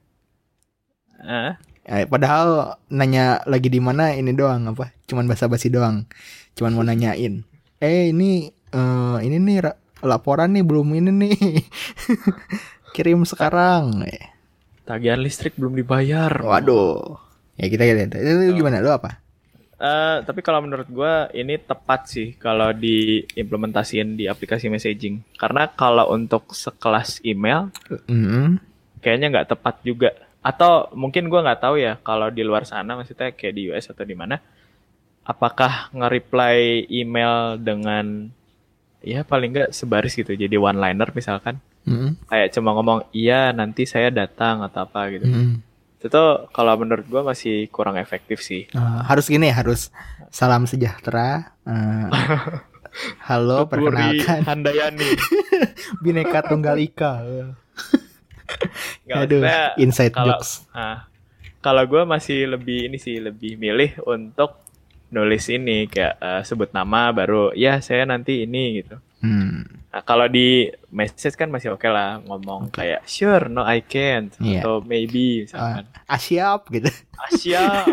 padahal nanya lagi di mana ini doang, apa cuman basa-basi doang, cuman mau nanyain ini nih laporan nih belum ini nih kirim sekarang, tagihan listrik belum dibayar. Waduh. Ya kita itu gimana, lu apa? Tapi kalau menurut gue ini tepat sih kalau diimplementasiin di aplikasi messaging. Karena kalau untuk sekelas email, kayaknya nggak tepat juga. Atau mungkin gue nggak tahu ya kalau di luar sana, maksudnya kayak di US atau di mana, apakah nge-reply email dengan ya paling nggak sebaris gitu, jadi one liner misalkan, kayak cuma ngomong iya nanti saya datang atau apa gitu. Itu kalau menurut gue masih kurang efektif sih. Harus gini, harus salam sejahtera. Halo, perkenalkan. Handayani. Bhinneka Tunggal Ika. Aduh, inside jokes. Kalau gue masih lebih milih untuk nulis ini kayak sebut nama baru ya saya nanti ini gitu. Nah, kalau di message kan masih oke lah ngomong kayak sure, no I can't, atau maybe misalkan. Siap gitu. Siap.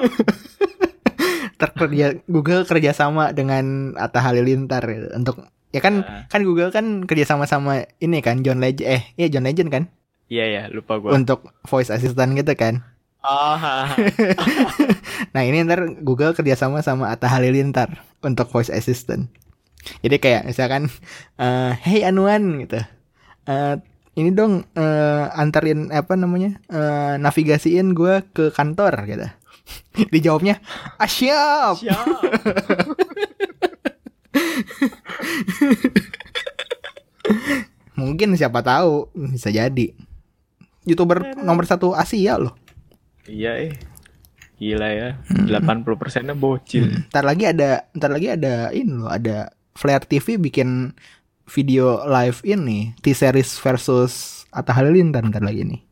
Google kerjasama dengan Atta Halilintar gitu, untuk ya kan kan Google kan kerjasama sama ini kan John Legend kan? Iya lupa gue. Untuk voice assistant gitu kan. Nah ini ntar Google kerjasama sama Atta Halilintar untuk voice assistant. Jadi kayak misalkan hey Anuan gitu. Eh, ini dong anterin apa namanya? Navigasiin gue ke kantor gitu. Dijawabnya, "Ah, siap." Siap. Mungkin siapa tahu bisa jadi YouTuber nomor 1 Asia loh. Iya gila ya. 80%-nya bocil. Ntar lagi ada ini loh, ada Flare TV bikin video live ini T-Series versus Atta Halilintar ntar lagi nih.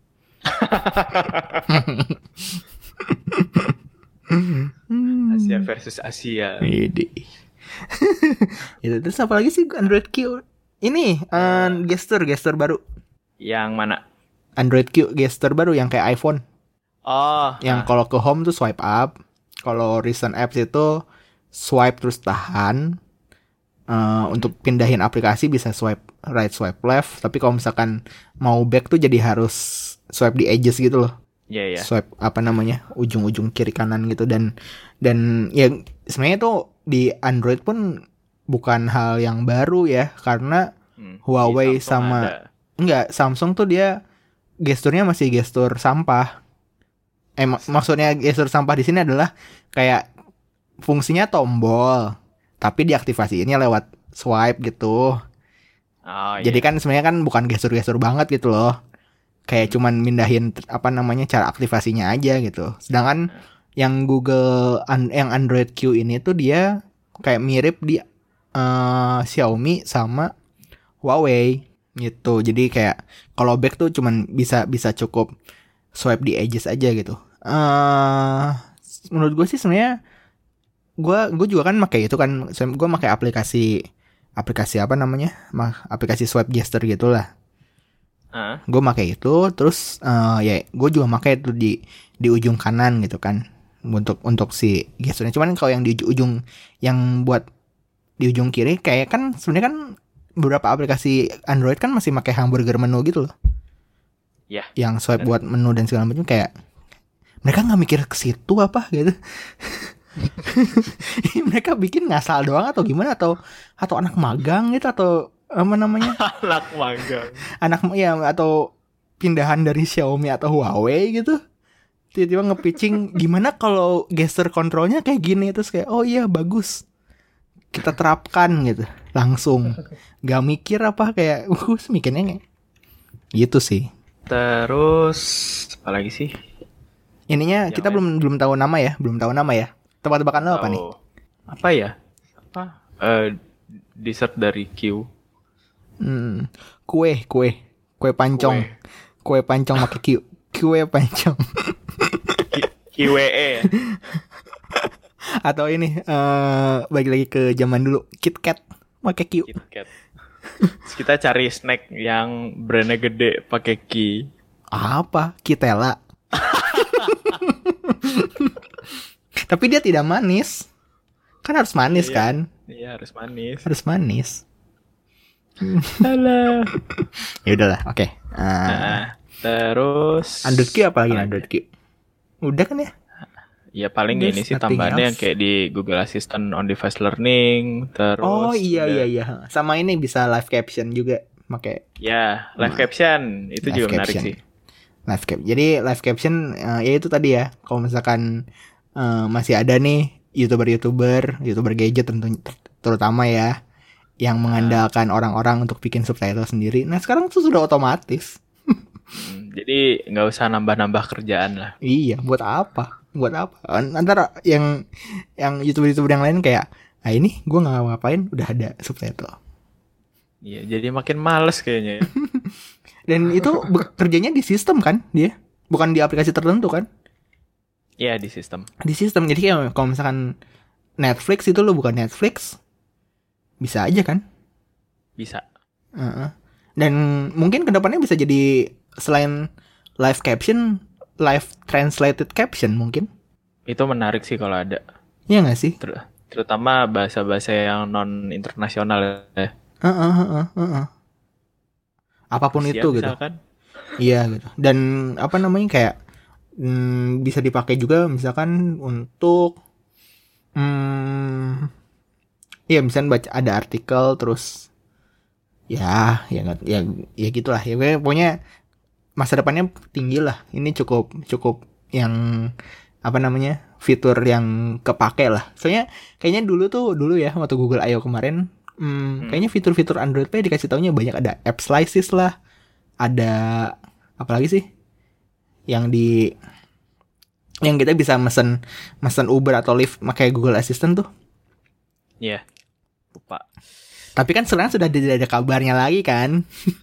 Asia versus Asia. Ini. Itu terus apa lagi sih Android Q? Ini gesture baru. Yang mana? Android Q gesture baru yang kayak iPhone. Oh, Yang kalau ke home tuh swipe up, kalau recent apps itu swipe terus tahan. Untuk pindahin aplikasi bisa swipe right, swipe left. Tapi kalau misalkan mau back tuh jadi harus swipe di edges gitu loh. Iya. Swipe apa namanya ujung-ujung kiri kanan gitu dan ya sebenarnya tuh di Android pun bukan hal yang baru ya karena Huawei sama enggak Samsung tuh dia gesturnya masih gestur sampah. Maksudnya gestur sampah di sini adalah kayak fungsinya tombol tapi diaktifasinya lewat swipe gitu. Oh, Jadi kan sebenarnya kan bukan gestur-gestur banget gitu loh. Kayak cuman mindahin apa namanya cara aktivasinya aja gitu. Sedangkan yang yang Android Q ini tuh dia kayak mirip di Xiaomi sama Huawei gitu. Jadi kayak kalau back tuh cuman bisa cukup swipe di edges aja gitu. Menurut gue sih sebenarnya gue juga kan pakai itu kan, gue pakai aplikasi apa namanya, aplikasi swipe gesture gitulah. Gue pakai itu terus ya gue juga pakai itu di ujung kanan gitu kan untuk si gesturnya. Cuman kalau yang di ujung yang buat di ujung kiri kayak kan sebenarnya kan beberapa aplikasi Android kan masih pakai hamburger menu gitu loh. Ya. Yang swipe buat menu dan segala macam kayak mereka nggak mikir ke situ apa gitu. Mereka bikin ngasal doang atau gimana atau anak magang gitu atau apa namanya? Anak magang. Ya atau pindahan dari Xiaomi atau Huawei gitu. Tiba-tiba nge-pitching gimana kalau gesture kontrolnya kayak gini terus kayak oh iya bagus. Kita terapkan gitu langsung. Gak mikir apa kayak mikirnya gitu sih. Terus apa lagi sih? Ininya kita belum tahu nama ya, Tebak-tebakan lo apa nih? Apa ya? Dessert dari Q. Kue pancong. Kue pancong pakai Q. Kue pancong. QWE ya? Atau ini balik lagi ke zaman dulu, KitKat pakai Q. KitKat. Terus kita cari snack yang brandnya gede pakai Q. Apa? Kitela. Tapi dia tidak manis. Kan harus manis kan? Iya, harus manis. Harus manis. Alah. Ya udahlah, oke. Terus Android Q apa lagi Android Q? Udah kan ya? Ya paling ini sih tambahannya yang kayak di Google Assistant on device learning. Terus oh iya. Sama ini bisa live caption juga pakai. Ya, live caption itu juga menarik sih. Live caption. Jadi live caption ya itu tadi ya. Kalau misalkan masih ada nih YouTuber gadget terutama ya yang mengandalkan orang-orang untuk bikin subtitle sendiri. Nah, sekarang tuh sudah otomatis. Jadi nggak usah nambah-nambah kerjaan lah. Iya, buat apa? Antara yang YouTuber yang lain kayak, ini gue nggak ngapain, udah ada subtitle. Iya, jadi makin males kayaknya. Ya. Dan itu kerjanya di sistem kan dia, bukan di aplikasi tertentu kan? Iya di sistem. Di sistem, jadi kayak kalau misalkan Netflix itu lo bukan Netflix, bisa aja kan? Bisa. Dan mungkin kedepannya bisa jadi selain live caption, live translated caption mungkin. Itu menarik sih kalau ada. Iya nggak sih? Terutama bahasa-bahasa yang non internasional ya. Apapun Asia, itu gitu. Misalkan. Iya gitu. Dan apa namanya kayak bisa dipakai juga misalkan untuk Iya, misalnya baca ada artikel terus ya gitulah. Ya pokoknya masa depannya tinggi lah. Ini cukup yang apa namanya? Fitur yang kepake lah. Soalnya kayaknya dulu ya waktu Google I/O kemarin, kayaknya fitur-fitur Android Pay dikasih taunya banyak, ada app slices lah. Ada apa lagi sih? Yang kita bisa mesen Uber atau Lyft pakai Google Assistant tuh. Iya. Lupa. Tapi kan sekarang sudah tidak ada kabarnya lagi kan.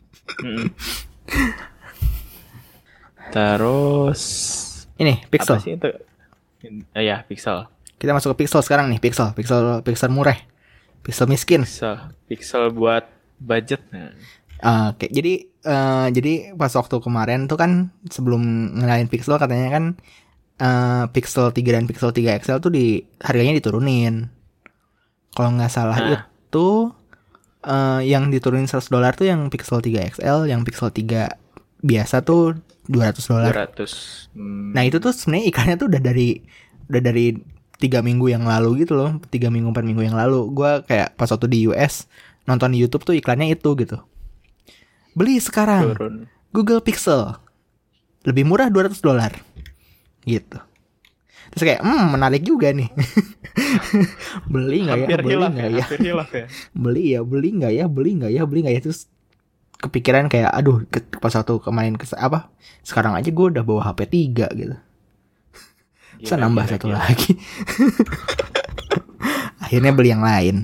Terus ini Pixel. Apa sih itu? Ya, Pixel. Kita masuk ke Pixel sekarang nih, Pixel murah. Pixel miskin. Pixel buat budget. Oke, jadi pas waktu kemarin tuh kan sebelum ngenalin Pixel katanya kan Pixel 3 dan Pixel 3 XL tuh harganya diturunin. Kalau nggak salah itu yang diturunin $100 tuh yang Pixel 3 XL, yang Pixel 3 biasa tuh $200. Nah itu tuh sebenarnya iklannya tuh udah dari 3 minggu yang lalu gitu loh, 3 minggu 4 minggu yang lalu. Gue kayak pas waktu di US nonton di YouTube tuh iklannya itu gitu. Beli sekarang Google Pixel lebih murah $200 gitu. Terus kayak menarik juga nih. Beli nggak ya? Beli nggak ya? Terus kepikiran kayak aduh, pas waktu kemarin sekarang aja gue udah bawa HP 3 gitu. Bisa nambah satu lagi. Akhirnya beli yang lain.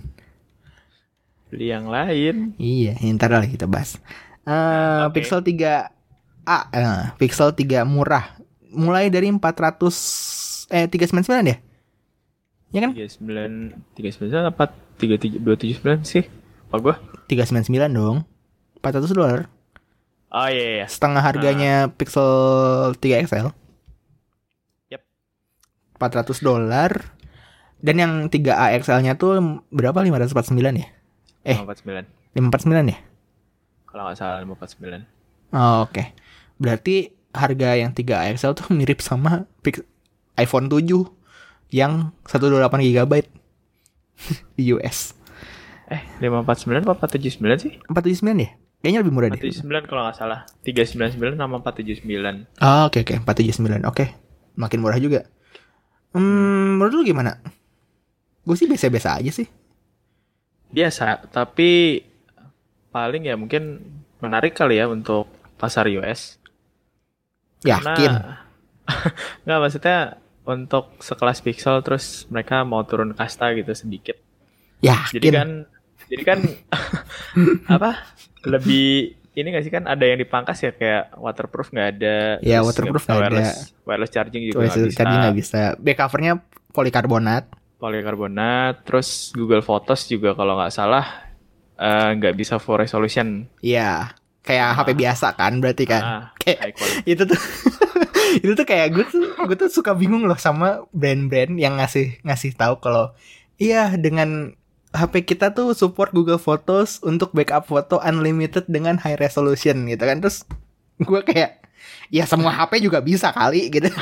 Iya, ntar lah kita bahas. Pixel 3a, Pixel 3 murah, mulai dari 399 ya? Ya kan? 399 apa 279 sih? Apa gua? 399 dong. $400. Oh iya. Setengah harganya Pixel 3 XL. Yep. $400. Dan yang 3A XL-nya tuh berapa? 549 ya? 549 ya? Kalau nggak salah 549. Oh, oke. Berarti harga yang 3A XL tuh mirip sama iPhone 7 yang 128 GB di US. 549 apa 479 sih? 479 ya? Kayaknya lebih murah 479 deh. 479 kalau nggak salah. 399 sama 479. Oh, oke. 479. Oke. Makin murah juga. Menurut lu gimana? Gue sih biasa-biasa aja sih. Biasa, tapi paling ya mungkin menarik kali ya untuk pasar US. Yakin? Nggak, maksudnya untuk sekelas Pixel terus mereka mau turun kasta gitu sedikit. Yakin? Jadi kan apa? Lebih ini nggak sih, kan ada yang dipangkas ya, kayak waterproof nggak ada. Ya, waterproof nggak ada. Wireless charging juga nggak bisa. Charging nggak bisa. Back covernya polikarbonat. Terus Google Photos juga kalau nggak salah nggak bisa full resolution. Iya, kayak HP biasa kan berarti kan. Kayak itu tuh kayak gue tuh suka bingung loh sama brand-brand yang ngasih tahu kalau iya, dengan HP kita tuh support Google Photos untuk backup foto unlimited dengan high resolution gitu kan. Terus gue kayak ya semua HP juga bisa kali gitu.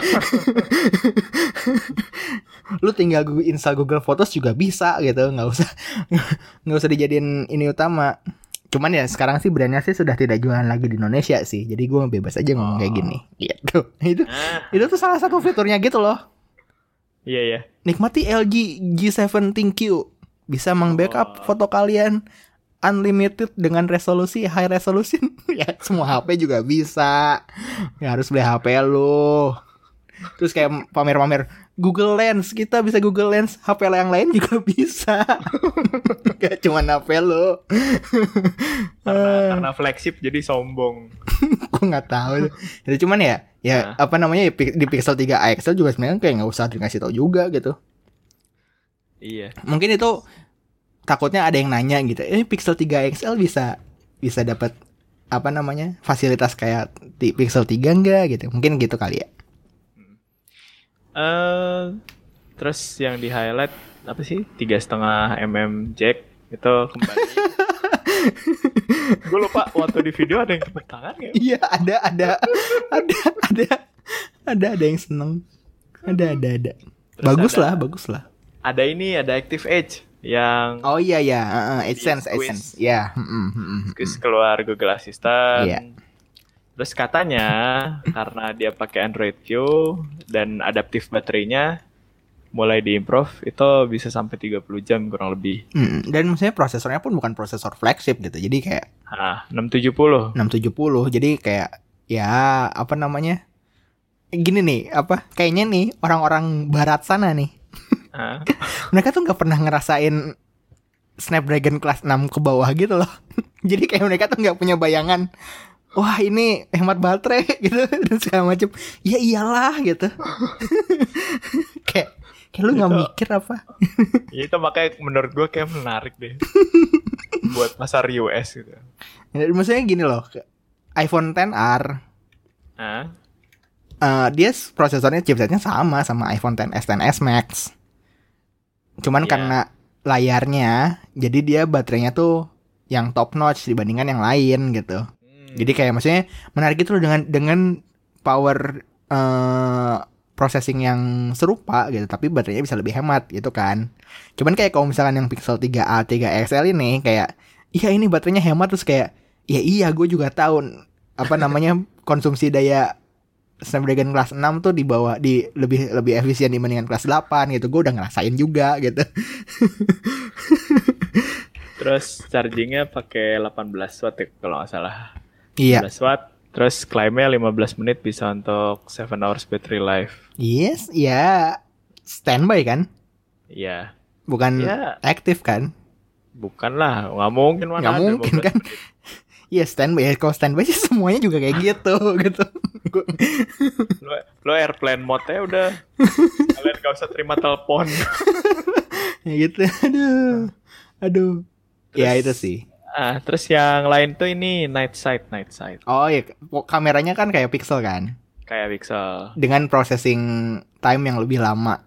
Lu tinggal install Google Photos juga bisa gitu, nggak usah dijadiin ini utama. Cuman ya sekarang sih brandnya sih sudah tidak jualan lagi di Indonesia sih, jadi gue bebas aja ngomong kayak gini gitu. Itu tuh salah satu fiturnya gitu loh. Iya. Nikmati LG G17Q, bisa meng-backup foto kalian unlimited dengan resolusi high resolution. Ya semua HP juga bisa. Ya harus beli HP lu. Terus kayak pamer-pamer Google Lens, kita bisa Google Lens, HP yang lain juga bisa. Gak cuma HP lu. Karena flagship jadi sombong. Gue nggak tahu. Itu cuman ya apa namanya, di Pixel 3 XL juga sebenarnya kayak nggak usah dikasih tahu juga gitu. Iya. Mungkin itu takutnya ada yang nanya gitu. Pixel 3 XL bisa dapat apa namanya, fasilitas kayak di Pixel 3 enggak gitu. Mungkin gitu kali ya. Terus yang di highlight apa sih? 3,5 mm jack itu kembali. Gue lupa waktu di video ada yang tepuk tangan ya? Iya, ada yang seneng. Ada. Bagus lah. Ada Active Edge. yang Oh iya ya, AdSense, squeeze ya. keluar Google Assistant. Iya. Terus katanya karena dia pakai Android Q dan adaptif baterainya mulai diimprove itu bisa sampai 30 jam kurang lebih. Dan maksudnya prosesornya pun bukan prosesor flagship gitu. Jadi kayak 670. Jadi kayak ya apa namanya? Gini nih, kayaknya nih orang-orang barat sana nih. Mereka tuh nggak pernah ngerasain Snapdragon kelas 6 ke bawah gitu loh. Jadi kayak mereka tuh nggak punya bayangan, wah ini hemat baterai gitu dan segala macam. Ya iyalah gitu. kayak lu nggak mikir apa? Ya itu makanya menurut gue kayak menarik deh buat pasar US gitu. Maksudnya gini loh, iPhone XR, dia prosesornya, chipsetnya sama iPhone XS, XS Max. Cuman karena layarnya, jadi dia baterainya tuh yang top notch dibandingkan yang lain gitu. Jadi kayak maksudnya menarik gitu loh dengan power processing yang serupa gitu, tapi baterainya bisa lebih hemat gitu kan. Cuman kayak kalau misalkan yang Pixel 3a, 3XL ini kayak, iya ini baterainya hemat, terus kayak, ya iya gue juga tahu apa namanya konsumsi daya Snapdragon kelas 6 tuh lebih efisien dibandingkan kelas 8 gitu. Gue udah ngerasain juga gitu. Terus chargingnya pakai 18 watt ya kalau nggak salah. Iya. 18 watt. Terus klaimnya 15 menit bisa untuk 7 hours battery life. Yes, ya standby kan? Iya. Bukan aktif kan? Bukan lah, nggak mungkin mana. Nggak mungkin kan? Iya standby. Kalau standby sih semuanya juga kayak gitu gitu. Lo airplane mode-nya udah kalian gak usah terima telepon. Ya gitu. Aduh. Terus, ya itu sih. Terus yang lain tuh ini night sight. Oh iya, kameranya kan kayak Pixel kan? Kayak Pixel. Dengan processing time yang lebih lama.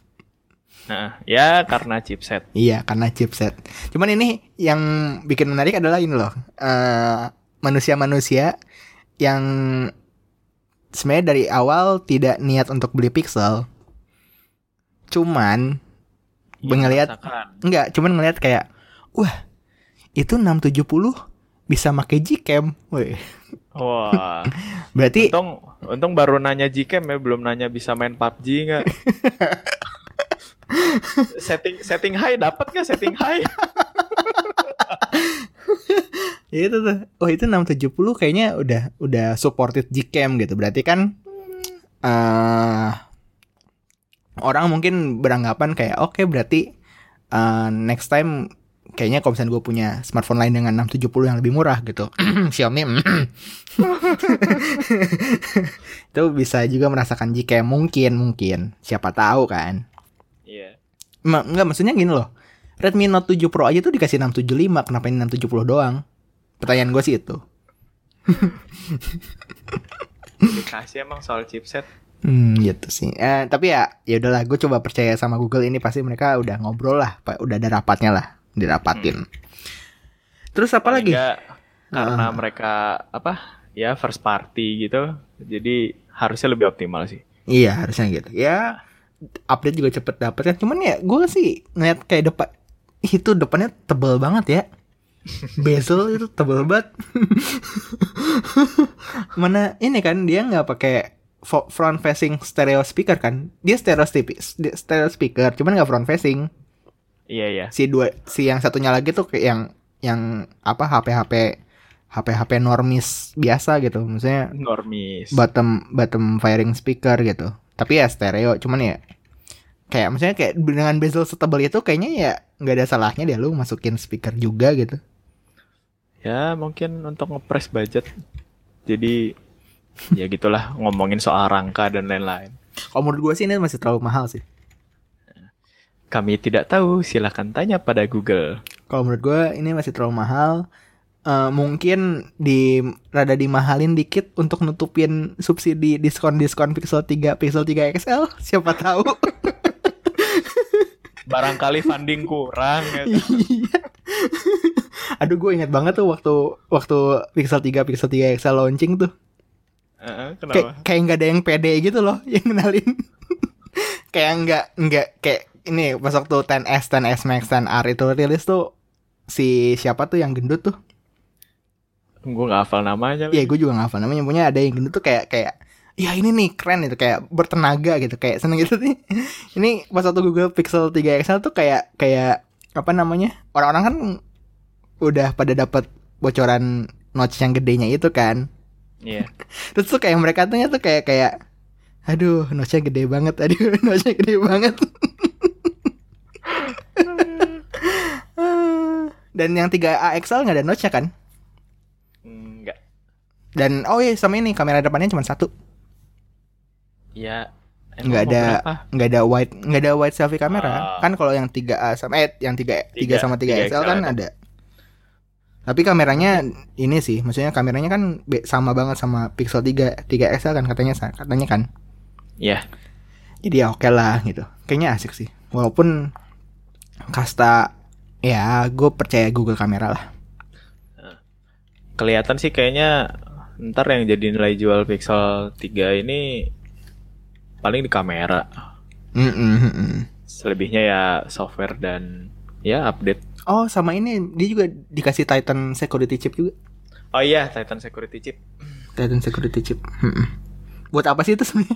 Ya karena chipset. Iya, karena chipset. Cuman ini yang bikin menarik adalah ini loh. Manusia-manusia yang sebenarnya dari awal tidak niat untuk beli Pixel. Cuman cuman ngelihat kayak, wah, itu 670 bisa pakai Gcam. Wah. Berarti untung baru nanya Gcam ya, belum nanya bisa main PUBG enggak. setting high dapat enggak setting high? Itu tuh. Oh, itu 670 kayaknya udah supported Gcam gitu. Berarti kan orang mungkin beranggapan kayak oke, berarti next time kayaknya kalau misalnya gue punya smartphone lain dengan 670 yang lebih murah gitu, Xiaomi itu bisa juga merasakan Gcam mungkin siapa tahu kan. Iya. Enggak, maksudnya gini loh, Redmi Note 7 Pro aja tuh dikasih 675, kenapa ini 670 doang? Pertanyaan gue sih itu. Dikasih emang soal chipset. Gitu sih. Tapi ya udahlah, gue coba percaya sama Google ini, pasti mereka udah ngobrol lah, udah ada rapatnya lah, dirapatin. Terus apa lagi? Karena mereka ya first party gitu, jadi harusnya lebih optimal sih. Iya, harusnya gitu. Ya update juga cepet dapet kan. Cuman ya gue sih ngeliat kayak depannya tebel banget ya. Bezel itu tebel banget. Mana ini kan dia nggak pakai front facing stereo speaker kan? Dia stereo speaker, cuman nggak front facing. Iya. Si yang satunya lagi tuh kayak yang HP normis biasa gitu, maksudnya normis. Bottom firing speaker gitu. Tapi ya stereo, cuman ya kayak maksudnya kayak dengan bezel setebal itu kayaknya ya nggak ada salahnya deh lu masukin speaker juga gitu. Ya mungkin untuk ngepres budget. Jadi ya gitulah, ngomongin soal rangka dan lain-lain. Kalau menurut gue sih ini masih terlalu mahal sih. Kami tidak tahu, silakan tanya pada Google. Kalau menurut gue ini masih terlalu mahal. Mungkin rada dimahalin dikit untuk nutupin subsidi diskon Pixel 3 XL, siapa tahu. Barangkali funding kurang ya. Aduh, gue ingat banget tuh waktu Pixel 3 XL launching tuh. Kenapa? Kayak nggak ada yang pede gitu loh yang kenalin. Kayak nggak ini pas waktu 10S Max 10R itu rilis tuh si siapa tuh yang gendut tuh? Gue gak hafal namanya. Iya, gue juga gak hafal namanya. Punya ada yang gendut tuh kayak ya ini nih keren itu, kayak bertenaga gitu, kayak seneng gitu nih. Ini pas waktu Google Pixel 3 XL tuh kayak apa namanya? Orang-orang kan udah pada dapat bocoran notch yang gedenya itu kan. Iya. Terus tuh kayak mereka tuh kayak aduh, notch-nya gede banget. Aduh, notch-nya gede banget. Dan yang 3A XL enggak ada notch-nya kan? Enggak. Dan oh iya, sama ini kamera depannya cuma satu. Ya. Nggak ada wide selfie kamera. Kan kalau yang 3A sama yang 3 sama 3 XL kan ada. Tapi kameranya ini sih, maksudnya kameranya kan sama banget sama Pixel 3 XL kan katanya kan. Iya. Jadi ya oke lah gitu. Kayaknya asik sih. Walaupun kasta ya gue percaya Google kamera lah. Kelihatan sih kayaknya ntar yang jadi nilai jual Pixel 3 ini paling di kamera. Selebihnya ya software dan ya update. Oh sama ini dia juga dikasih Titan Security Chip juga. Oh iya, Titan Security Chip. Titan Security Chip. Buat apa sih itu sebenarnya?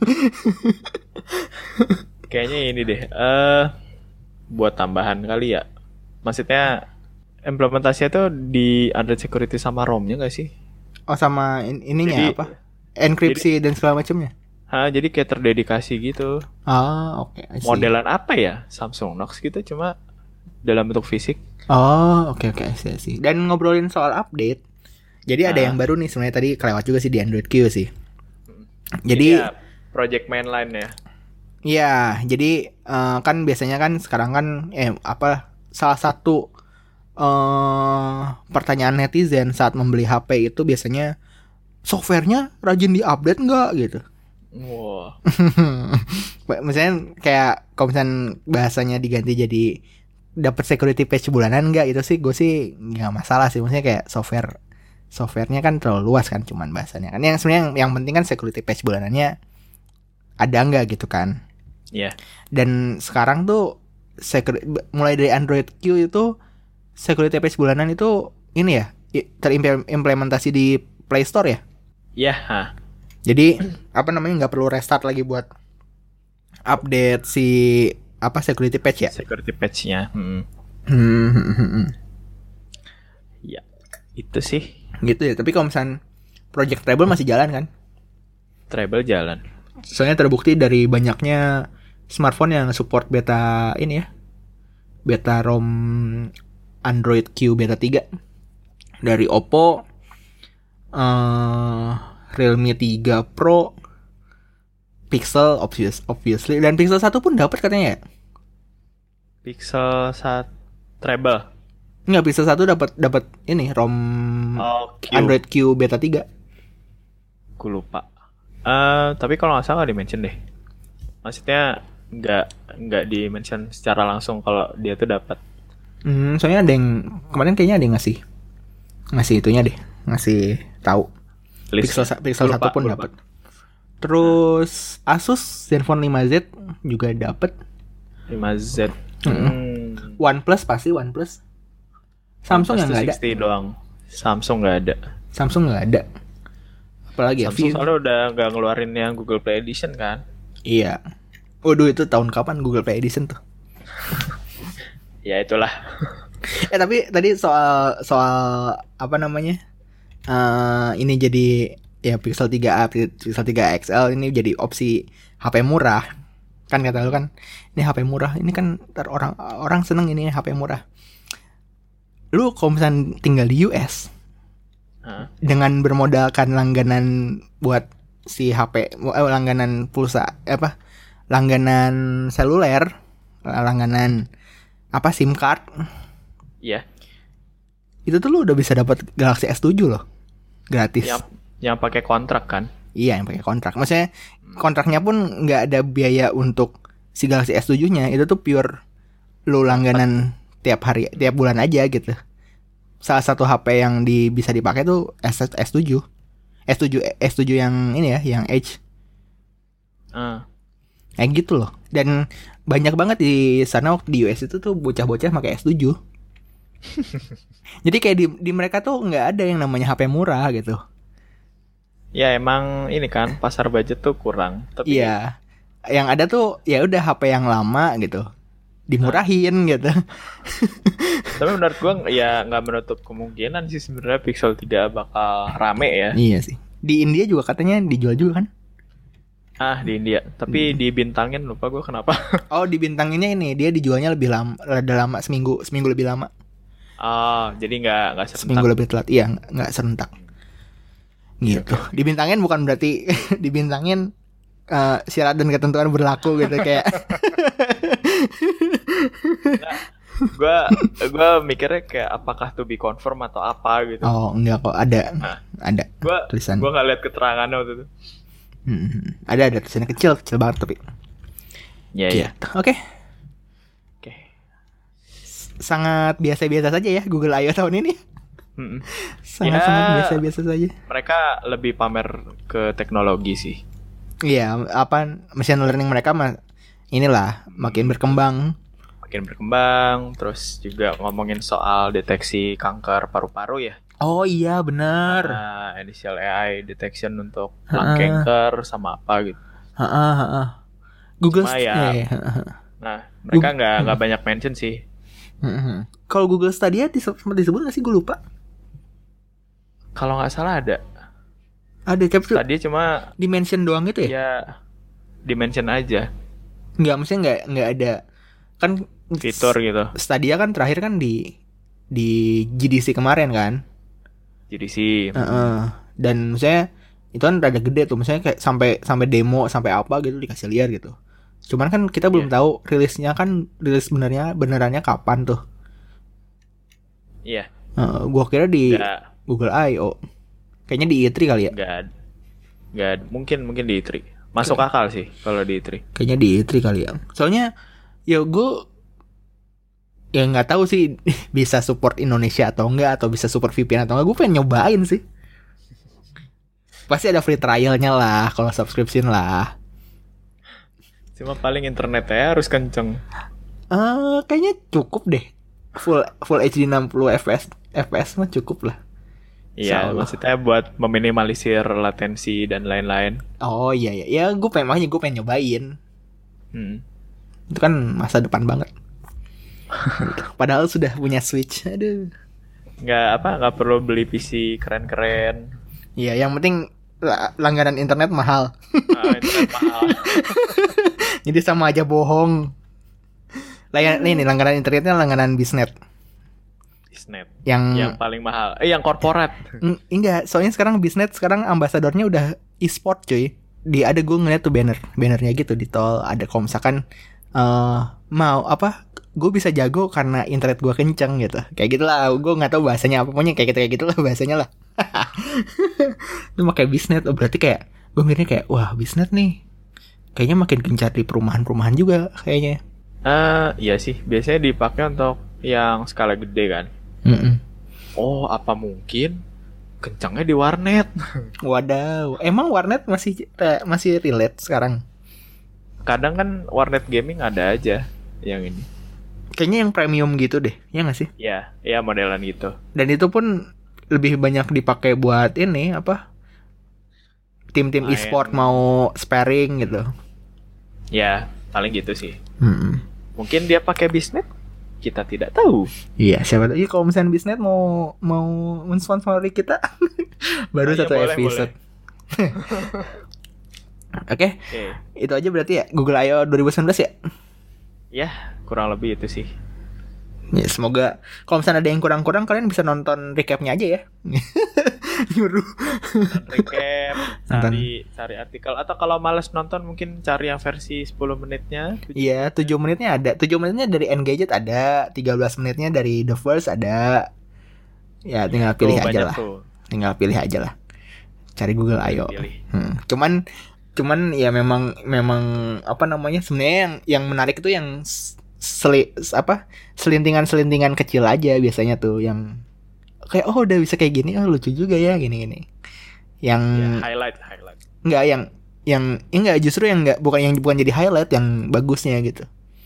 Kayaknya ini deh. Buat tambahan kali ya. Maksudnya implementasinya tuh di Android Security sama ROM-nya nggak sih? Oh sama ininya jadi, apa? Enkripsi dan segala macamnya. Jadi kayak terdedikasi gitu. Oke. Modelan apa ya? Samsung Knox gitu, cuma dalam bentuk fisik. Oke, sih. Dan ngobrolin soal update. Jadi ada yang baru nih sebenarnya, tadi kelewat juga sih di Android Q sih. Jadi ya, Project Mainline ya. Iya, jadi kan biasanya kan sekarang kan salah satu pertanyaan netizen saat membeli HP itu biasanya softwarenya rajin diupdate nggak gitu. Wow. Misalnya kayak kalau misalnya bahasanya diganti jadi dapat security patch bulanan nggak, itu sih gue sih nggak masalah sih. Maksudnya kayak softwarenya kan terlalu luas kan, cuman bahasanya kan yang sebenarnya yang penting kan security patch bulanannya ada nggak gitu kan. Iya. Yeah. Dan sekarang tuh mulai dari Android Q itu security patch bulanan itu ini ya terimplementasi di Play Store ya. Iya. Yeah. Jadi apa namanya nggak perlu restart lagi buat update si security patch ya. Security patch-nya. Ya, itu sih. Gitu ya. Tapi kalau misalnya Project Treble masih jalan kan? Treble jalan. Soalnya terbukti dari banyaknya smartphone yang support beta ini ya. Beta ROM Android Q beta 3. Dari Oppo, Realme 3 Pro, Pixel obviously, dan Pixel 1 pun dapat katanya ya. Pixel 1 Treble. Enggak, Pixel 1 dapat ini ROM Android Q beta 3. Gue lupa. Tapi kalau nggak salah di-mention deh. Maksudnya nggak di-mention secara langsung kalau dia tuh dapat. Soalnya ada yang kemarin kayaknya ada yang ngasih itunya deh, ngasih tahu. Pixel 1 pun dapat. Terus Asus Zenfone 5Z juga dapat. 5Z. OnePlus pasti OnePlus. Samsung yang nggak ada. 360 doang. Samsung nggak ada. Apalagi Samsung soalnya udah nggak ngeluarin yang Google Play Edition kan? Iya. Waduh, itu tahun kapan Google Play Edition tuh? Ya itulah. Tapi tadi soal apa namanya? Ini jadi ya Pixel 3A, Pixel 3 XL ini jadi opsi HP murah. Kan kata lu kan, ini HP murah. Ini kan orang seneng ini HP murah. Lu kalau misalnya tinggal di US, dengan bermodalkan langganan buat si HP, langganan pulsa, langganan seluler, langganan SIM card. Iya. Itu tuh lu udah bisa dapat Galaxy S7 loh. Gratis. Yang pakai kontrak kan? Iya, yang pakai kontrak. Maksudnya kontraknya pun nggak ada biaya untuk si Galaxy S7-nya. Itu tuh pure lu langganan tiap bulan aja gitu. Salah satu HP yang bisa dipakai tuh S7 yang ini ya, yang Edge. Kayak gitu loh. Dan banyak banget di sana waktu di US itu tuh bocah-bocah pakai S7. Jadi kayak di mereka tuh nggak ada yang namanya HP murah gitu. Ya emang ini kan pasar budget tuh kurang. Tapi Iya. Yang ada tuh ya udah HP yang lama gitu. Dimurahin gitu. tapi menurut gua ya nggak menutup kemungkinan sih sebenarnya Pixel 3 bakal rame ya. Iya sih. Di India juga katanya dijual juga kan? Di India. Tapi dibintangin lupa gua kenapa. Oh, dibintanginnya ini dia dijualnya lebih lama, rada lama seminggu lebih lama. Jadi nggak serentak. Seminggu lebih telat. Iya, nggak serentak. Gitu. Dibintangin bukan berarti dibintangin syarat dan ketentuan berlaku gitu kayak. Gue mikirnya kayak apakah to be confirm atau apa gitu. Oh enggak kok, ada tulisan. Gue nggak lihat keterangannya waktu itu. Ada tulisannya kecil banget tapi. Ya ya. Oke. Sangat biasa-biasa saja ya Google I.O. tahun ini. Sangat biasa-biasa saja. Mereka lebih pamer ke teknologi sih. Iya, machine learning mereka inilah makin berkembang. Terus juga ngomongin soal deteksi kanker paru-paru ya. Oh iya benar. Initial AI detection untuk lung cancer sama apa gitu. Google Nah, mereka nggak banyak mention sih. Kalau Google Stadia sempat disebut nggak sih, gue lupa. Kalau nggak salah ada. Tapi Stadia cuma dimension doang gitu ya? Ya, dimension aja. Nggak, maksudnya nggak ada kan fitur gitu. Stadia kan terakhir kan di GDC kemarin kan. GDC. Dan maksudnya itu kan rada gede tuh, misalnya kayak sampai demo sampai apa gitu dikasih lihat gitu. Cuman kan kita belum tahu rilis benerannya kapan tuh. Iya. Gua kira di Google I.O. Kayaknya di E3 kali ya. Gak mungkin di E3. Masuk akal sih kalau di E3. Kayaknya di E3 kali ya. Soalnya ya gue ya nggak tahu sih bisa support Indonesia atau enggak, atau bisa support VPN atau enggak. Gue pengen nyobain sih. Pasti ada free trialnya lah kalau subscription lah. Cuma paling internetnya harus kenceng. Kayaknya cukup deh. Full HD 60 fps mah cukup lah. Iya, maksudnya buat meminimalisir latensi dan lain-lain. Oh iya. Ya gue pengen nyobain. Itu kan masa depan banget. Padahal sudah punya Switch. Aduh. Nggak perlu beli PC keren-keren. Iya, yang penting langganan internet mahal. Internet mahal. Jadi sama aja bohong. Ini langganan internetnya langganan Bisnet. Yang paling mahal. Yang korporat. Enggak, soalnya sekarang Bisnet ambasadornya udah e-sport cuy. Ada gue ngeliat tuh bannernya gitu di tol. Ada kalau misalkan mau apa, gue bisa jago karena internet gue kenceng gitu. Kayak gitulah, gue nggak tahu bahasanya apa, pokoknya kayak gitulah bahasanya lah. Itu pakai Bisnet, berarti kayak gue mikirnya kayak wah Bisnet nih kayaknya makin gencar di perumahan juga kayaknya. Iya sih, biasanya dipakai untuk yang skala gede kan. Oh, apa mungkin kencangnya di warnet? Wadaw, emang warnet masih relate sekarang? Kadang kan warnet gaming ada aja yang ini. Kayaknya yang premium gitu deh, ya nggak sih? Ya modelan gitu. Dan itu pun lebih banyak dipakai buat ini apa? Tim-tim e-sport mau sparring gitu. Ya, paling gitu sih. Mungkin dia pakai Bisnet, kita tidak tahu. Iya, siapa tahu. Kalau misalnya Bisnet mau mensponsori kita, baru satu episode. Oke. Itu aja berarti ya Google I.O. 2019 ya? Ya, kurang lebih itu sih. Ya, semoga kalau misalnya ada yang kurang-kurang kalian bisa nonton recapnya aja ya. Nyuruh. Recap, cari artikel, atau kalau malas nonton mungkin cari yang versi 10 menitnya. Iya, 7 menitnya ada. 7 menitnya dari Engadget ada, 13 menitnya dari The Verse ada. Ya, tinggal pilih aja lah. Tinggal pilih aja lah. Cari Google I.O. Cuman ya memang apa namanya, sebenarnya yang menarik itu yang selintingan kecil aja biasanya tuh, yang kayak udah bisa kayak gini, lucu juga ya gini. Yang highlight. Enggak, yang enggak, justru yang bukan jadi highlight, yang bagusnya gitu.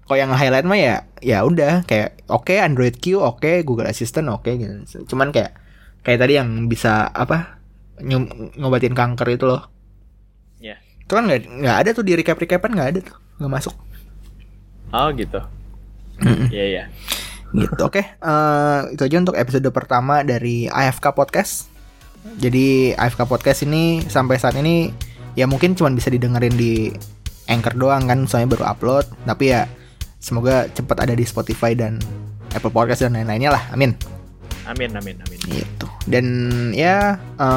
Kalau yang highlight mah ya udah kayak oke, Android Q oke, Google Assistant oke gitu. Cuman kayak tadi yang bisa apa ngobatin kanker itu loh. Ya. Itu kan nggak ada tuh di recap-recapan, nggak ada tuh, nggak masuk. Oh gitu. Iya. Gitu. Oke. Itu aja untuk episode pertama dari AFK Podcast. Jadi AFK Podcast ini sampai saat ini ya mungkin cuma bisa didengerin di Anchor doang kan, soalnya baru upload. Tapi ya semoga cepat ada di Spotify dan Apple Podcast dan lain-lainnya lah. Amin. Gitu. Dan ya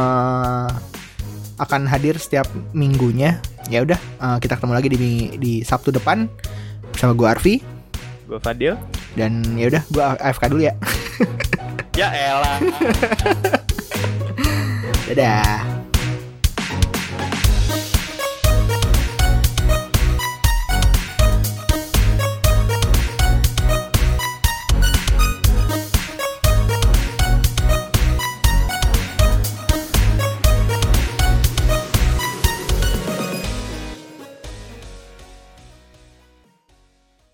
akan hadir setiap minggunya. Ya udah, kita ketemu lagi di Sabtu depan bersama gue Arfi, gue Fadil, dan ya udah gue AFK dulu ya. Ya elah. Dadah.